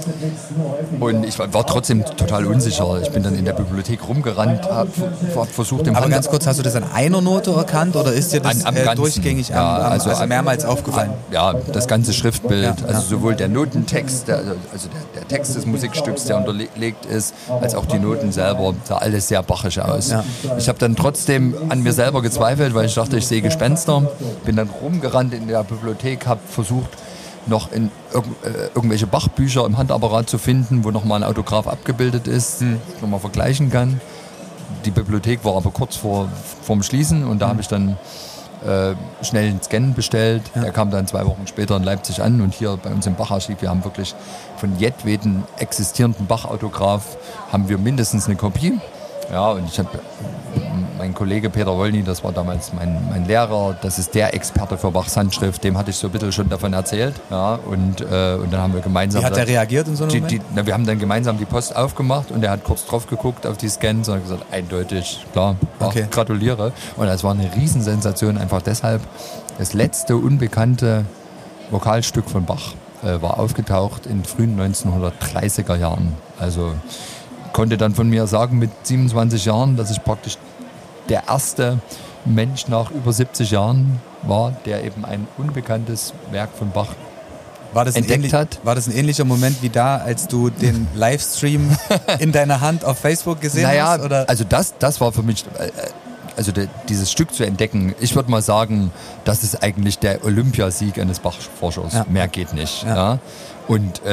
B: Und ich war trotzdem total unsicher. Ich bin dann in der Bibliothek rumgerannt, habe versucht...
A: Aber ganz kurz, hast du das an einer Note erkannt oder ist dir das durchgängig also mehrmals aufgefallen?
B: Ja, das ganze Schriftbild, also sowohl der Notentext, der Text des Musikstücks, der unterlegt ist, als auch die Noten selber, sah alles sehr bachisch aus. Ja. Ich habe dann trotzdem an mir selber gezweifelt, weil ich dachte, ich sehe Gespenster. Bin dann rumgerannt in der Bibliothek, habe versucht, noch in irgendwelche Bachbücher im Handapparat zu finden, wo nochmal ein Autograph abgebildet ist, nochmal vergleichen kann. Die Bibliothek war aber kurz vorm Schließen und da habe ich dann schnell einen Scan bestellt. Ja. Der kam dann 2 Wochen später in Leipzig an und hier bei uns im Bacharchiv, wir haben wirklich von jedweden existierenden Bachautograph haben wir mindestens eine Kopie. Ja, und ich habe mein Kollege Peter Wollny, das war damals mein Lehrer, das ist der Experte für Bachs Handschrift, dem hatte ich so ein bisschen schon davon erzählt. Ja, und dann haben wir gemeinsam...
A: Wie hat er reagiert in so einem Moment?
B: Wir haben dann gemeinsam die Post aufgemacht und er hat kurz drauf geguckt auf die Scans und hat gesagt, eindeutig, klar, okay. Gratuliere. Und das war eine Riesensensation, einfach deshalb das letzte unbekannte Vokalstück von Bach war aufgetaucht in frühen 1930er Jahren. Also konnte dann von mir sagen mit 27 Jahren, dass ich praktisch der erste Mensch nach über 70 Jahren war, der eben ein unbekanntes Werk von Bach entdeckt hat.
A: War das ein ähnlicher Moment wie da, als du den Livestream in deiner Hand auf Facebook gesehen hast? Oder?
B: Also das war für mich, also dieses Stück zu entdecken, ich würde mal sagen, das ist eigentlich der Olympiasieg eines Bach-Forschers. Ja. Mehr geht nicht. Ja. Ja. Und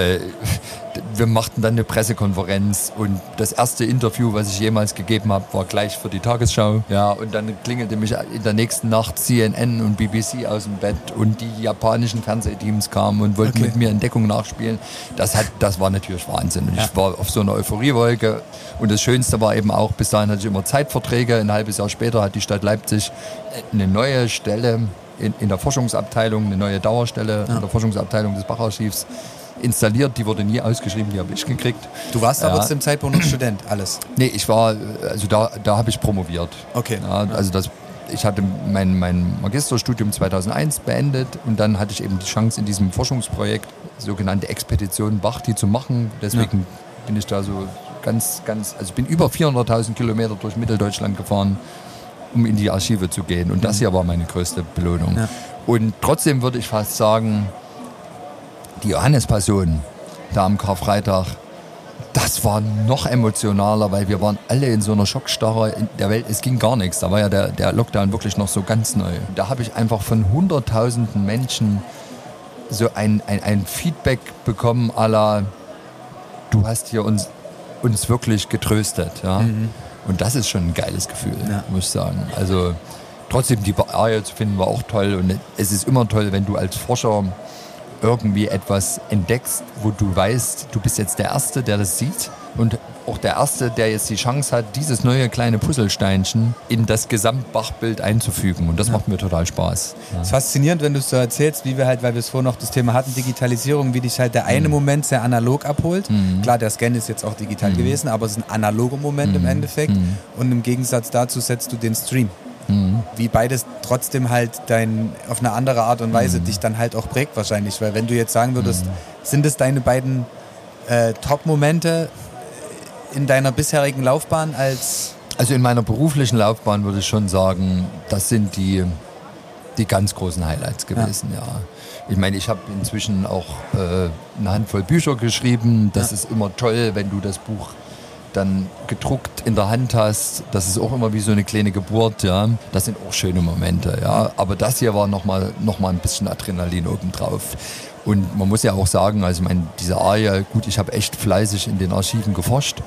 B: wir machten dann eine Pressekonferenz und das erste Interview, was ich jemals gegeben habe, war gleich für die Tagesschau. Ja, und dann klingelte mich in der nächsten Nacht CNN und BBC aus dem Bett und die japanischen Fernsehteams kamen und wollten mit mir Entdeckung nachspielen. Das war natürlich Wahnsinn. Und ich war auf so einer Euphoriewolke. Und das Schönste war eben auch, bis dahin hatte ich immer Zeitverträge. Ein halbes Jahr später hat die Stadt Leipzig eine neue Stelle in der Forschungsabteilung, eine neue Dauerstelle in der Forschungsabteilung des Bacharchivs installiert, die wurde nie ausgeschrieben, die habe ich gekriegt.
A: Du warst aber zu dem Zeitpunkt noch Student, alles?
B: Nee, ich war, also da habe ich promoviert.
A: Okay.
B: Ja, also ich hatte mein Magisterstudium 2001 beendet und dann hatte ich eben die Chance in diesem Forschungsprojekt, sogenannte Expedition Bachti zu machen. Deswegen bin ich da so ganz, also ich bin über 400.000 Kilometer durch Mitteldeutschland gefahren, um in die Archive zu gehen. Und das hier war meine größte Belohnung. Ja. Und trotzdem würde ich fast sagen, die Johannespassion da am Karfreitag, das war noch emotionaler, weil wir waren alle in so einer Schockstarre in der Welt. Es ging gar nichts. Da war ja der Lockdown wirklich noch so ganz neu. Da habe ich einfach von hunderttausenden Menschen so ein Feedback bekommen à la, du hast hier uns wirklich getröstet. Ja? Mhm. Und das ist schon ein geiles Gefühl, muss ich sagen. Also trotzdem die Arie zu finden war auch toll. Und es ist immer toll, wenn du als Forscher irgendwie etwas entdeckst, wo du weißt, du bist jetzt der Erste, der das sieht und auch der Erste, der jetzt die Chance hat, dieses neue kleine Puzzlesteinchen in das Gesamtbachbild einzufügen. Und das macht mir total Spaß.
A: Es ist faszinierend, wenn du es so erzählst, wie weil wir es vorhin noch das Thema hatten, Digitalisierung, wie dich halt der eine Moment sehr analog abholt. Klar, der Scan ist jetzt auch digital gewesen, aber es ist ein analoger Moment im Endeffekt. Und im Gegensatz dazu setzt du den Stream. Wie beides trotzdem halt auf eine andere Art und Weise dich dann halt auch prägt wahrscheinlich. Weil wenn du jetzt sagen würdest, sind es deine beiden Top-Momente in deiner bisherigen Laufbahn
B: Also in meiner beruflichen Laufbahn würde ich schon sagen, das sind die ganz großen Highlights gewesen, ja. Ich meine, ich habe inzwischen auch eine Handvoll Bücher geschrieben. Das ist immer toll, wenn du das Buch dann gedruckt in der Hand hast, das ist auch immer wie so eine kleine Geburt, ja. Das sind auch schöne Momente, ja. Aber das hier war noch mal ein bisschen Adrenalin obendrauf. Und man muss ja auch sagen, also ich meine, diese Arie, gut, ich habe echt fleißig in den Archiven geforscht,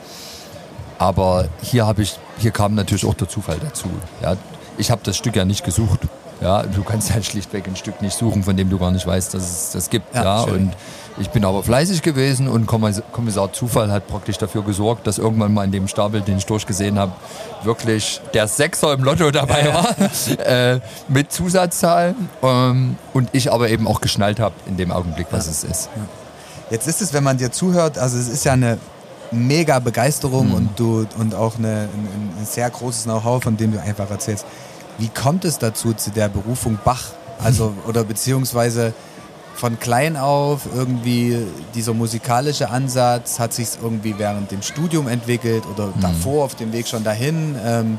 B: aber hier kam natürlich auch der Zufall dazu. Ja. Ich habe das Stück ja nicht gesucht. Ja, du kannst halt schlichtweg ein Stück nicht suchen, von dem du gar nicht weißt, dass es das gibt. Ja, und ich bin aber fleißig gewesen und Kommissar Zufall hat praktisch dafür gesorgt, dass irgendwann mal in dem Stapel, den ich durchgesehen habe, wirklich der Sechser im Lotto dabei war, mit Zusatzzahl. Und ich aber eben auch geschnallt habe in dem Augenblick, was es ist. Ja.
A: Jetzt ist es, wenn man dir zuhört, also es ist ja eine mega Begeisterung und auch ein sehr großes Know-how, von dem du einfach erzählst. Wie kommt es dazu, zu der Berufung Bach? Also, oder beziehungsweise von klein auf irgendwie dieser musikalische Ansatz, hat sich irgendwie während dem Studium entwickelt oder davor auf dem Weg schon dahin?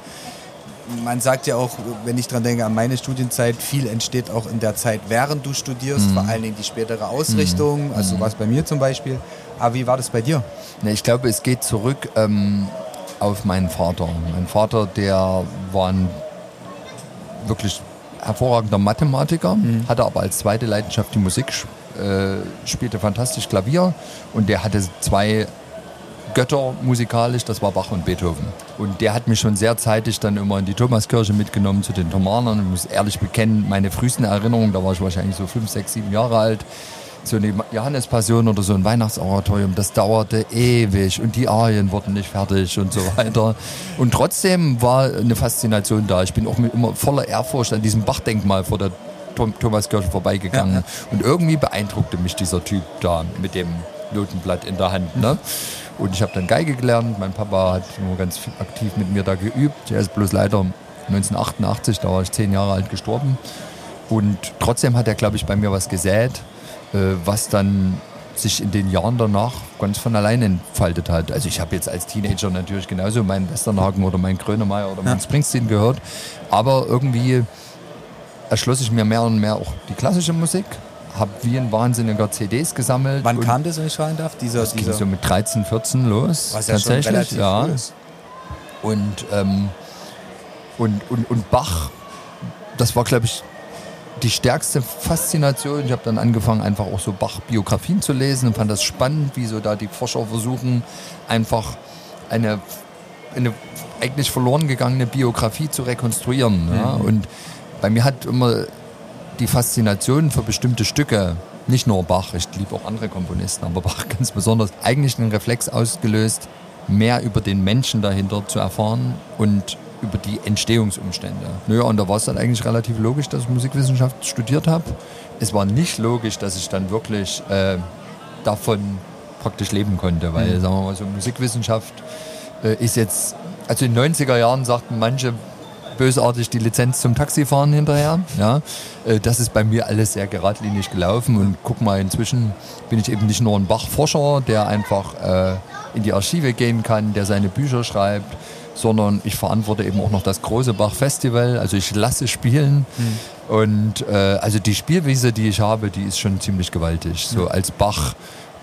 A: Man sagt ja auch, wenn ich dran denke, an meine Studienzeit, viel entsteht auch in der Zeit, während du studierst, vor allen Dingen die spätere Ausrichtung, also was bei mir zum Beispiel. Aber wie war das bei dir?
B: Ich glaube, es geht zurück auf meinen Vater. Mein Vater, der war ein wirklich hervorragender Mathematiker, hatte aber als zweite Leidenschaft die Musik, spielte fantastisch Klavier und der hatte zwei Götter musikalisch, das war Bach und Beethoven. Und der hat mich schon sehr zeitig dann immer in die Thomaskirche mitgenommen zu den Thomanern. Ich muss ehrlich bekennen, meine frühesten Erinnerungen, da war ich wahrscheinlich so 5, 6, 7 Jahre alt, so eine Johannespassion oder so ein Weihnachtsoratorium, das dauerte ewig und die Arien wurden nicht fertig und so weiter. Und trotzdem war eine Faszination da. Ich bin auch immer voller Ehrfurcht an diesem Bachdenkmal vor der Thomaskirche vorbeigegangen. Ja. Und irgendwie beeindruckte mich dieser Typ da mit dem Notenblatt in der Hand. Ne? Und ich habe dann Geige gelernt. Mein Papa hat immer ganz aktiv mit mir da geübt. Er ist bloß leider 1988, da war ich 10 Jahre alt, gestorben. Und trotzdem hat er, glaube ich, bei mir was gesät. was dann sich in den Jahren danach ganz von alleine entfaltet hat. Also ich habe jetzt als Teenager natürlich genauso meinen Westernhagen oder meinen Grönemeyer oder meinen Springsteen gehört, aber irgendwie erschloss ich mir mehr und mehr auch die klassische Musik, habe wie ein Wahnsinniger CDs gesammelt.
A: Wann kam das, wenn ich fragen darf?
B: Ging so mit 13, 14 los.
A: Was ja tatsächlich schon relativ
B: ja.
A: ist.
B: Und Bach, das war, glaube ich, die stärkste Faszination. Ich habe dann angefangen, einfach auch so Bach-Biografien zu lesen und fand das spannend, wie so da die Forscher versuchen, einfach eine eigentlich verloren gegangene Biografie zu rekonstruieren. Ja? Und bei mir hat immer die Faszination für bestimmte Stücke, nicht nur Bach, ich liebe auch andere Komponisten, aber Bach ganz besonders, eigentlich einen Reflex ausgelöst, mehr über den Menschen dahinter zu erfahren und über die Entstehungsumstände. Naja, und da war es dann eigentlich relativ logisch, dass ich Musikwissenschaft studiert habe. Es war nicht logisch, dass ich dann wirklich davon praktisch leben konnte, weil, sagen wir mal so, Musikwissenschaft ist jetzt, also in den 90er Jahren sagten manche bösartig die Lizenz zum Taxifahren hinterher. Ja, das ist bei mir alles sehr geradlinig gelaufen und guck mal, inzwischen bin ich eben nicht nur ein Bach-Forscher, der einfach in die Archive gehen kann, der seine Bücher schreibt, sondern ich verantworte eben auch noch das große Bach-Festival, also ich lasse spielen und also die Spielwiese, die ich habe, die ist schon ziemlich gewaltig. So als Bach,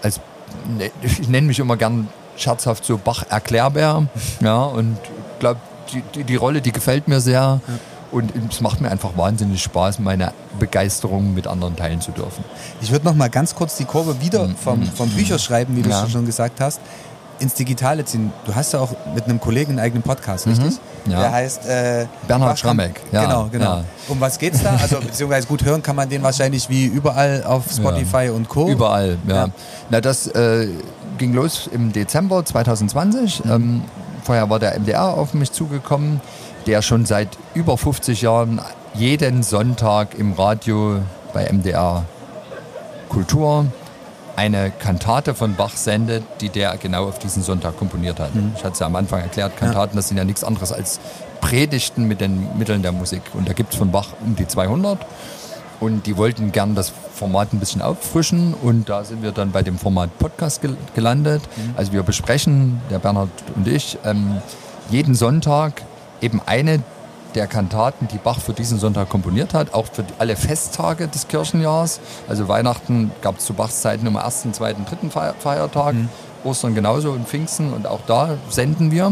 B: ich nenne mich immer gern scherzhaft so Bach-Erklärbär, ja, und ich glaube, die Rolle, die gefällt mir sehr. Ja. Und es macht mir einfach wahnsinnig Spaß, meine Begeisterung mit anderen teilen zu dürfen.
A: Ich würde noch mal ganz kurz die Kurve wieder vom Bücherschreiben, wie du schon gesagt hast, ins Digitale ziehen. Du hast ja auch mit einem Kollegen einen eigenen Podcast, richtig?
B: Ja.
A: Der heißt
B: Bernhard Schrammeck.
A: Ja, genau. Ja. Um was geht's da? Also beziehungsweise gut hören kann man den wahrscheinlich wie überall auf Spotify und Co.
B: Überall, ja. Na, das ging los im Dezember 2020. Vorher war der MDR auf mich zugekommen, der schon seit über 50 Jahren jeden Sonntag im Radio bei MDR Kultur eine Kantate von Bach sendet, die der genau auf diesen Sonntag komponiert hat. Ich hatte es ja am Anfang erklärt, Kantaten, das sind ja nichts anderes als Predigten mit den Mitteln der Musik. Und da gibt es von Bach um die 200. Und die wollten gern das Format ein bisschen auffrischen und da sind wir dann bei dem Format Podcast gelandet. Also wir besprechen, der Bernhard und ich, jeden Sonntag eben eine der Kantaten, die Bach für diesen Sonntag komponiert hat, auch für alle Festtage des Kirchenjahrs. Also Weihnachten gab es zu Bachs Zeiten immer 1., 2., 3. Feiertag, Ostern genauso und Pfingsten und auch da senden wir.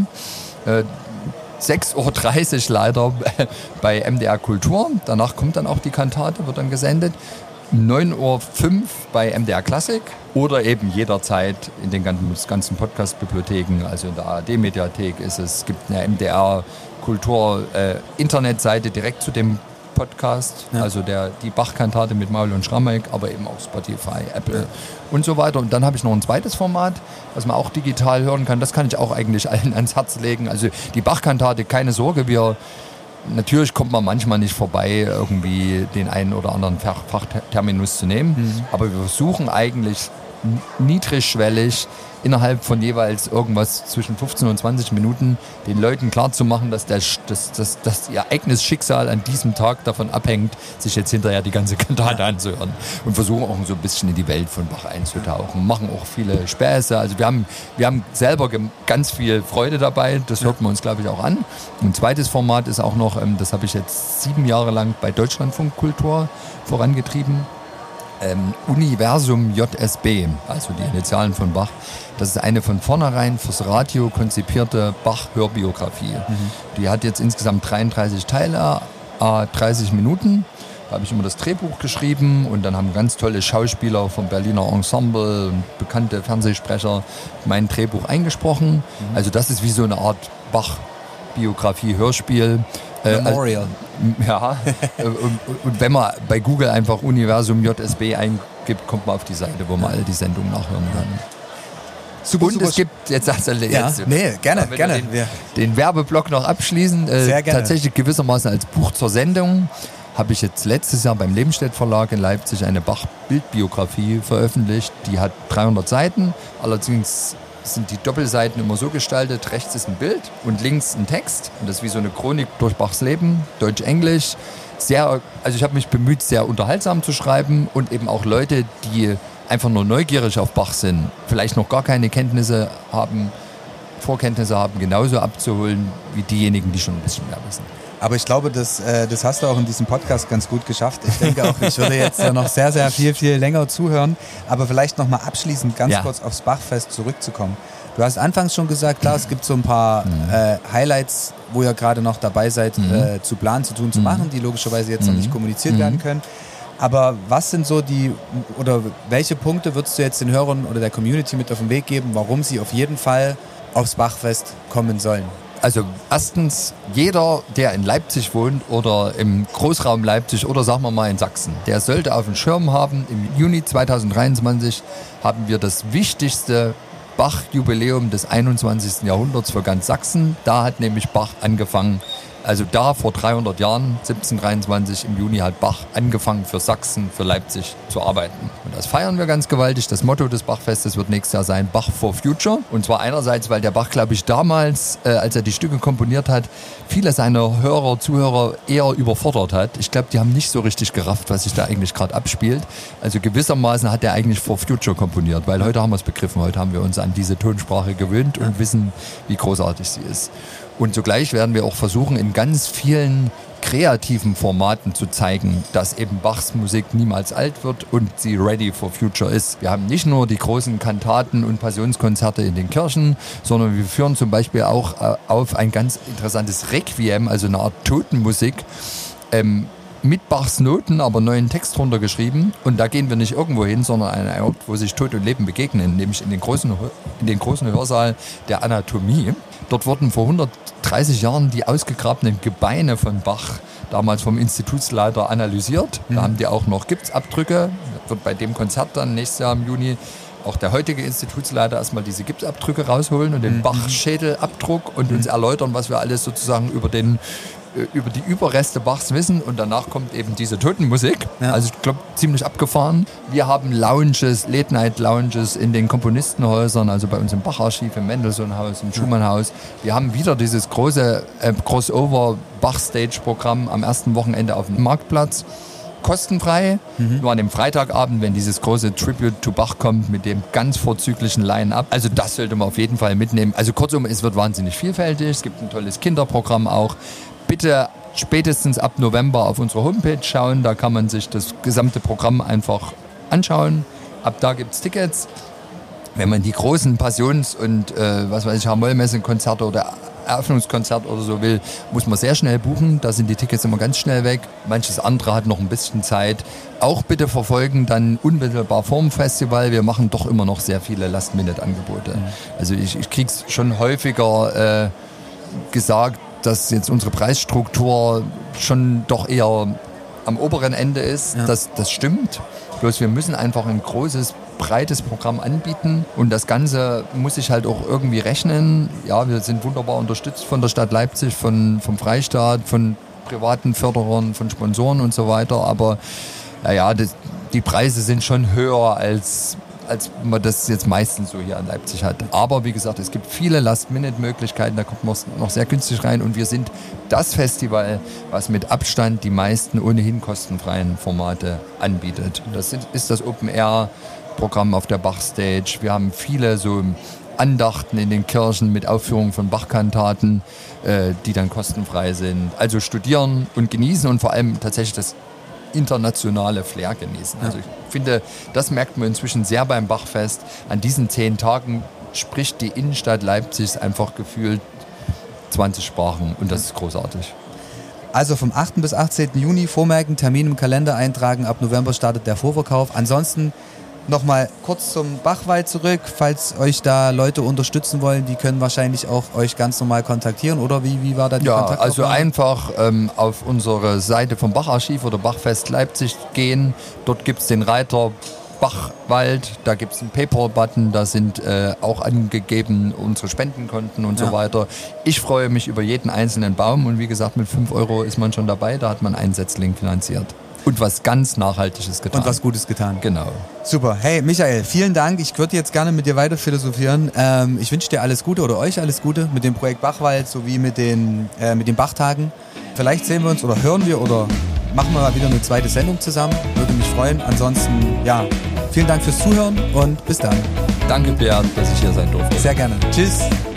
B: 6.30 Uhr leider bei MDR Kultur. Danach kommt dann auch die Kantate, wird dann gesendet. 9.05 Uhr bei MDR Klassik oder eben jederzeit in den ganzen Podcast-Bibliotheken, also in der ARD-Mediathek ist es. Es gibt eine MDR Kultur Internetseite direkt zu dem Podcast, also die Bach-Kantate mit Maul und Schrammeck, aber eben auch Spotify, Apple und so weiter. Und dann habe ich noch ein zweites Format, was man auch digital hören kann. Das kann ich auch eigentlich allen ans Herz legen. Also die Bach-Kantate, keine Sorge, natürlich kommt man manchmal nicht vorbei, irgendwie den einen oder anderen Fachterminus zu nehmen, aber wir versuchen eigentlich niedrigschwellig innerhalb von jeweils irgendwas zwischen 15 und 20 Minuten den Leuten klarzumachen, dass ihr eigenes Schicksal an diesem Tag davon abhängt, sich jetzt hinterher die ganze Kantate anzuhören. Und versuchen auch so ein bisschen in die Welt von Bach einzutauchen. Machen auch viele Späße. Also wir haben selber ganz viel Freude dabei. Das hört man uns, glaube ich, auch an. Und ein zweites Format ist auch noch, das habe ich jetzt 7 Jahre lang bei Deutschlandfunk Kultur vorangetrieben. Universum JSB, also die Initialen von Bach. Das ist eine von vornherein fürs Radio konzipierte Bach-Hörbiografie. Die hat jetzt insgesamt 33 Teile, 30 Minuten. Da habe ich immer das Drehbuch geschrieben und dann haben ganz tolle Schauspieler vom Berliner Ensemble und bekannte Fernsehsprecher mein Drehbuch eingesprochen. Also das ist wie so eine Art Bach-Biografie-Hörspiel.
A: Memorial.
B: Und wenn man bei Google einfach Universum JSB eingibt, kommt man auf die Seite, wo man all die Sendungen nachhören kann.
A: Super,
B: es gibt jetzt
A: gerne.
B: Den Werbeblock noch abschließen.
A: Sehr gerne.
B: Tatsächlich gewissermaßen als Buch zur Sendung habe ich jetzt letztes Jahr beim Lebenstedt Verlag in Leipzig eine Bach-Bildbiografie veröffentlicht. Die hat 300 Seiten, allerdings sind die Doppelseiten immer so gestaltet, rechts ist ein Bild und links ein Text. Und das ist wie so eine Chronik durch Bachs Leben, Deutsch-Englisch. Also ich habe mich bemüht, sehr unterhaltsam zu schreiben und eben auch Leute, die einfach nur neugierig auf Bach sind, vielleicht noch gar keine Vorkenntnisse haben, genauso abzuholen wie diejenigen, die schon ein bisschen mehr wissen.
A: Aber ich glaube, das hast du auch in diesem Podcast ganz gut geschafft. Ich denke auch, ich würde jetzt noch sehr, sehr viel länger zuhören. Aber vielleicht nochmal abschließend ganz kurz aufs Bachfest zurückzukommen. Du hast anfangs schon gesagt, klar, es gibt so ein paar Highlights, wo ihr gerade noch dabei seid, zu planen, zu tun, zu machen, die logischerweise jetzt noch nicht kommuniziert werden können. Aber was sind so oder welche Punkte würdest du jetzt den Hörern oder der Community mit auf den Weg geben, warum sie auf jeden Fall aufs Bachfest kommen sollen?
B: Also erstens, jeder, der in Leipzig wohnt oder im Großraum Leipzig oder sagen wir mal in Sachsen, der sollte auf dem Schirm haben, im Juni 2023 haben wir das wichtigste Bach-Jubiläum des 21. Jahrhunderts für ganz Sachsen. Da hat nämlich Bach angefangen. Also da vor 300 Jahren, 1723 im Juni, hat Bach angefangen für Sachsen, für Leipzig zu arbeiten. Und das feiern wir ganz gewaltig. Das Motto des Bachfestes wird nächstes Jahr sein, Bach for Future. Und zwar einerseits, weil der Bach, glaube ich, damals, als er die Stücke komponiert hat, viele seiner Zuhörer eher überfordert hat. Ich glaube, die haben nicht so richtig gerafft, was sich da eigentlich gerade abspielt. Also gewissermaßen hat er eigentlich for Future komponiert, weil heute haben wir es begriffen. Heute haben wir uns an diese Tonsprache gewöhnt und wissen, wie großartig sie ist. Und zugleich werden wir auch versuchen, in ganz vielen kreativen Formaten zu zeigen, dass eben Bachs Musik niemals alt wird und sie ready for future ist. Wir haben nicht nur die großen Kantaten und Passionskonzerte in den Kirchen, sondern wir führen zum Beispiel auch auf ein ganz interessantes Requiem, also eine Art Totenmusik, mit Bachs Noten, aber neuen Text runtergeschrieben. Und da gehen wir nicht irgendwo hin, sondern an einen Ort, wo sich Tod und Leben begegnen, nämlich in den großen Hörsaal der Anatomie. Dort wurden vor 130 Jahren die ausgegrabenen Gebeine von Bach, damals vom Institutsleiter, analysiert. Da haben die auch noch Gipsabdrücke. Wird bei dem Konzert dann nächstes Jahr im Juni auch der heutige Institutsleiter erstmal diese Gipsabdrücke rausholen und den Bach-Schädelabdruck und uns erläutern, was wir alles sozusagen über die Überreste Bachs wissen, und danach kommt eben diese Totenmusik. Ja. Also ich glaube, ziemlich abgefahren. Wir haben Lounges, Late-Night-Lounges in den Komponistenhäusern, also bei uns im Bach-Archiv, im Mendelssohn-Haus, im Schumann-Haus. Wir haben wieder dieses große Crossover-Bach-Stage-Programm am ersten Wochenende auf dem Marktplatz. Kostenfrei, nur an dem Freitagabend, wenn dieses große Tribute to Bach kommt mit dem ganz vorzüglichen Line-Up. Also das sollte man auf jeden Fall mitnehmen. Also kurzum, es wird wahnsinnig vielfältig. Es gibt ein tolles Kinderprogramm auch. Bitte spätestens ab November auf unsere Homepage schauen, da kann man sich das gesamte Programm einfach anschauen. Ab da gibt es Tickets. Wenn man die großen Passions- und Hamoll-Messen-Konzerte oder Eröffnungskonzert oder so will, muss man sehr schnell buchen. Da sind die Tickets immer ganz schnell weg. Manches andere hat noch ein bisschen Zeit. Auch bitte verfolgen dann unmittelbar vorm Festival. Wir machen doch immer noch sehr viele Last-Minute-Angebote. Also ich kriege es schon häufiger gesagt, dass jetzt unsere Preisstruktur schon doch eher am oberen Ende ist. Ja. Das stimmt. Bloß wir müssen einfach ein großes, breites Programm anbieten und das Ganze muss sich halt auch irgendwie rechnen. Ja, wir sind wunderbar unterstützt von der Stadt Leipzig, vom Freistaat, von privaten Förderern, von Sponsoren und so weiter. Aber die Preise sind schon höher als man das jetzt meistens so hier in Leipzig hat. Aber wie gesagt, es gibt viele Last-Minute-Möglichkeiten, da kommt man noch sehr günstig rein und wir sind das Festival, was mit Abstand die meisten ohnehin kostenfreien Formate anbietet. Das ist das Open-Air-Programm auf der Bach-Stage. Wir haben viele so Andachten in den Kirchen mit Aufführungen von Bach-Kantaten, die dann kostenfrei sind. Also studieren und genießen und vor allem tatsächlich das internationale Flair genießen. Also ich finde, das merkt man inzwischen sehr beim Bachfest. An diesen 10 Tagen spricht die Innenstadt Leipzigs einfach gefühlt 20 Sprachen und das ist großartig.
A: Also vom 8. bis 18. Juni vormerken, Termin im Kalender eintragen, ab November startet der Vorverkauf. Ansonsten nochmal kurz zum Bachwald zurück, falls euch da Leute unterstützen wollen, die können wahrscheinlich auch euch ganz normal kontaktieren, oder wie war da die Kontaktaufnahme?
B: Also einfach auf unsere Seite vom Bacharchiv oder Bachfest Leipzig gehen, dort gibt es den Reiter Bachwald, da gibt es einen PayPal-Button, da sind auch angegeben unsere Spendenkonten und so weiter. Ich freue mich über jeden einzelnen Baum und wie gesagt, mit 5 € ist man schon dabei, da hat man einen Setzling finanziert. Und was ganz Nachhaltiges getan.
A: Und was Gutes getan.
B: Genau.
A: Super. Hey, Michael, vielen Dank. Ich würde jetzt gerne mit dir weiter philosophieren. Ich wünsche dir alles Gute oder euch alles Gute mit dem Projekt Bachwald sowie mit den Bachtagen. Vielleicht sehen wir uns oder hören wir oder machen wir mal wieder eine zweite Sendung zusammen. Würde mich freuen. Ansonsten, ja, vielen Dank fürs Zuhören und bis dann.
B: Danke, Bert, dass ich hier sein durfte.
A: Sehr gerne. Tschüss.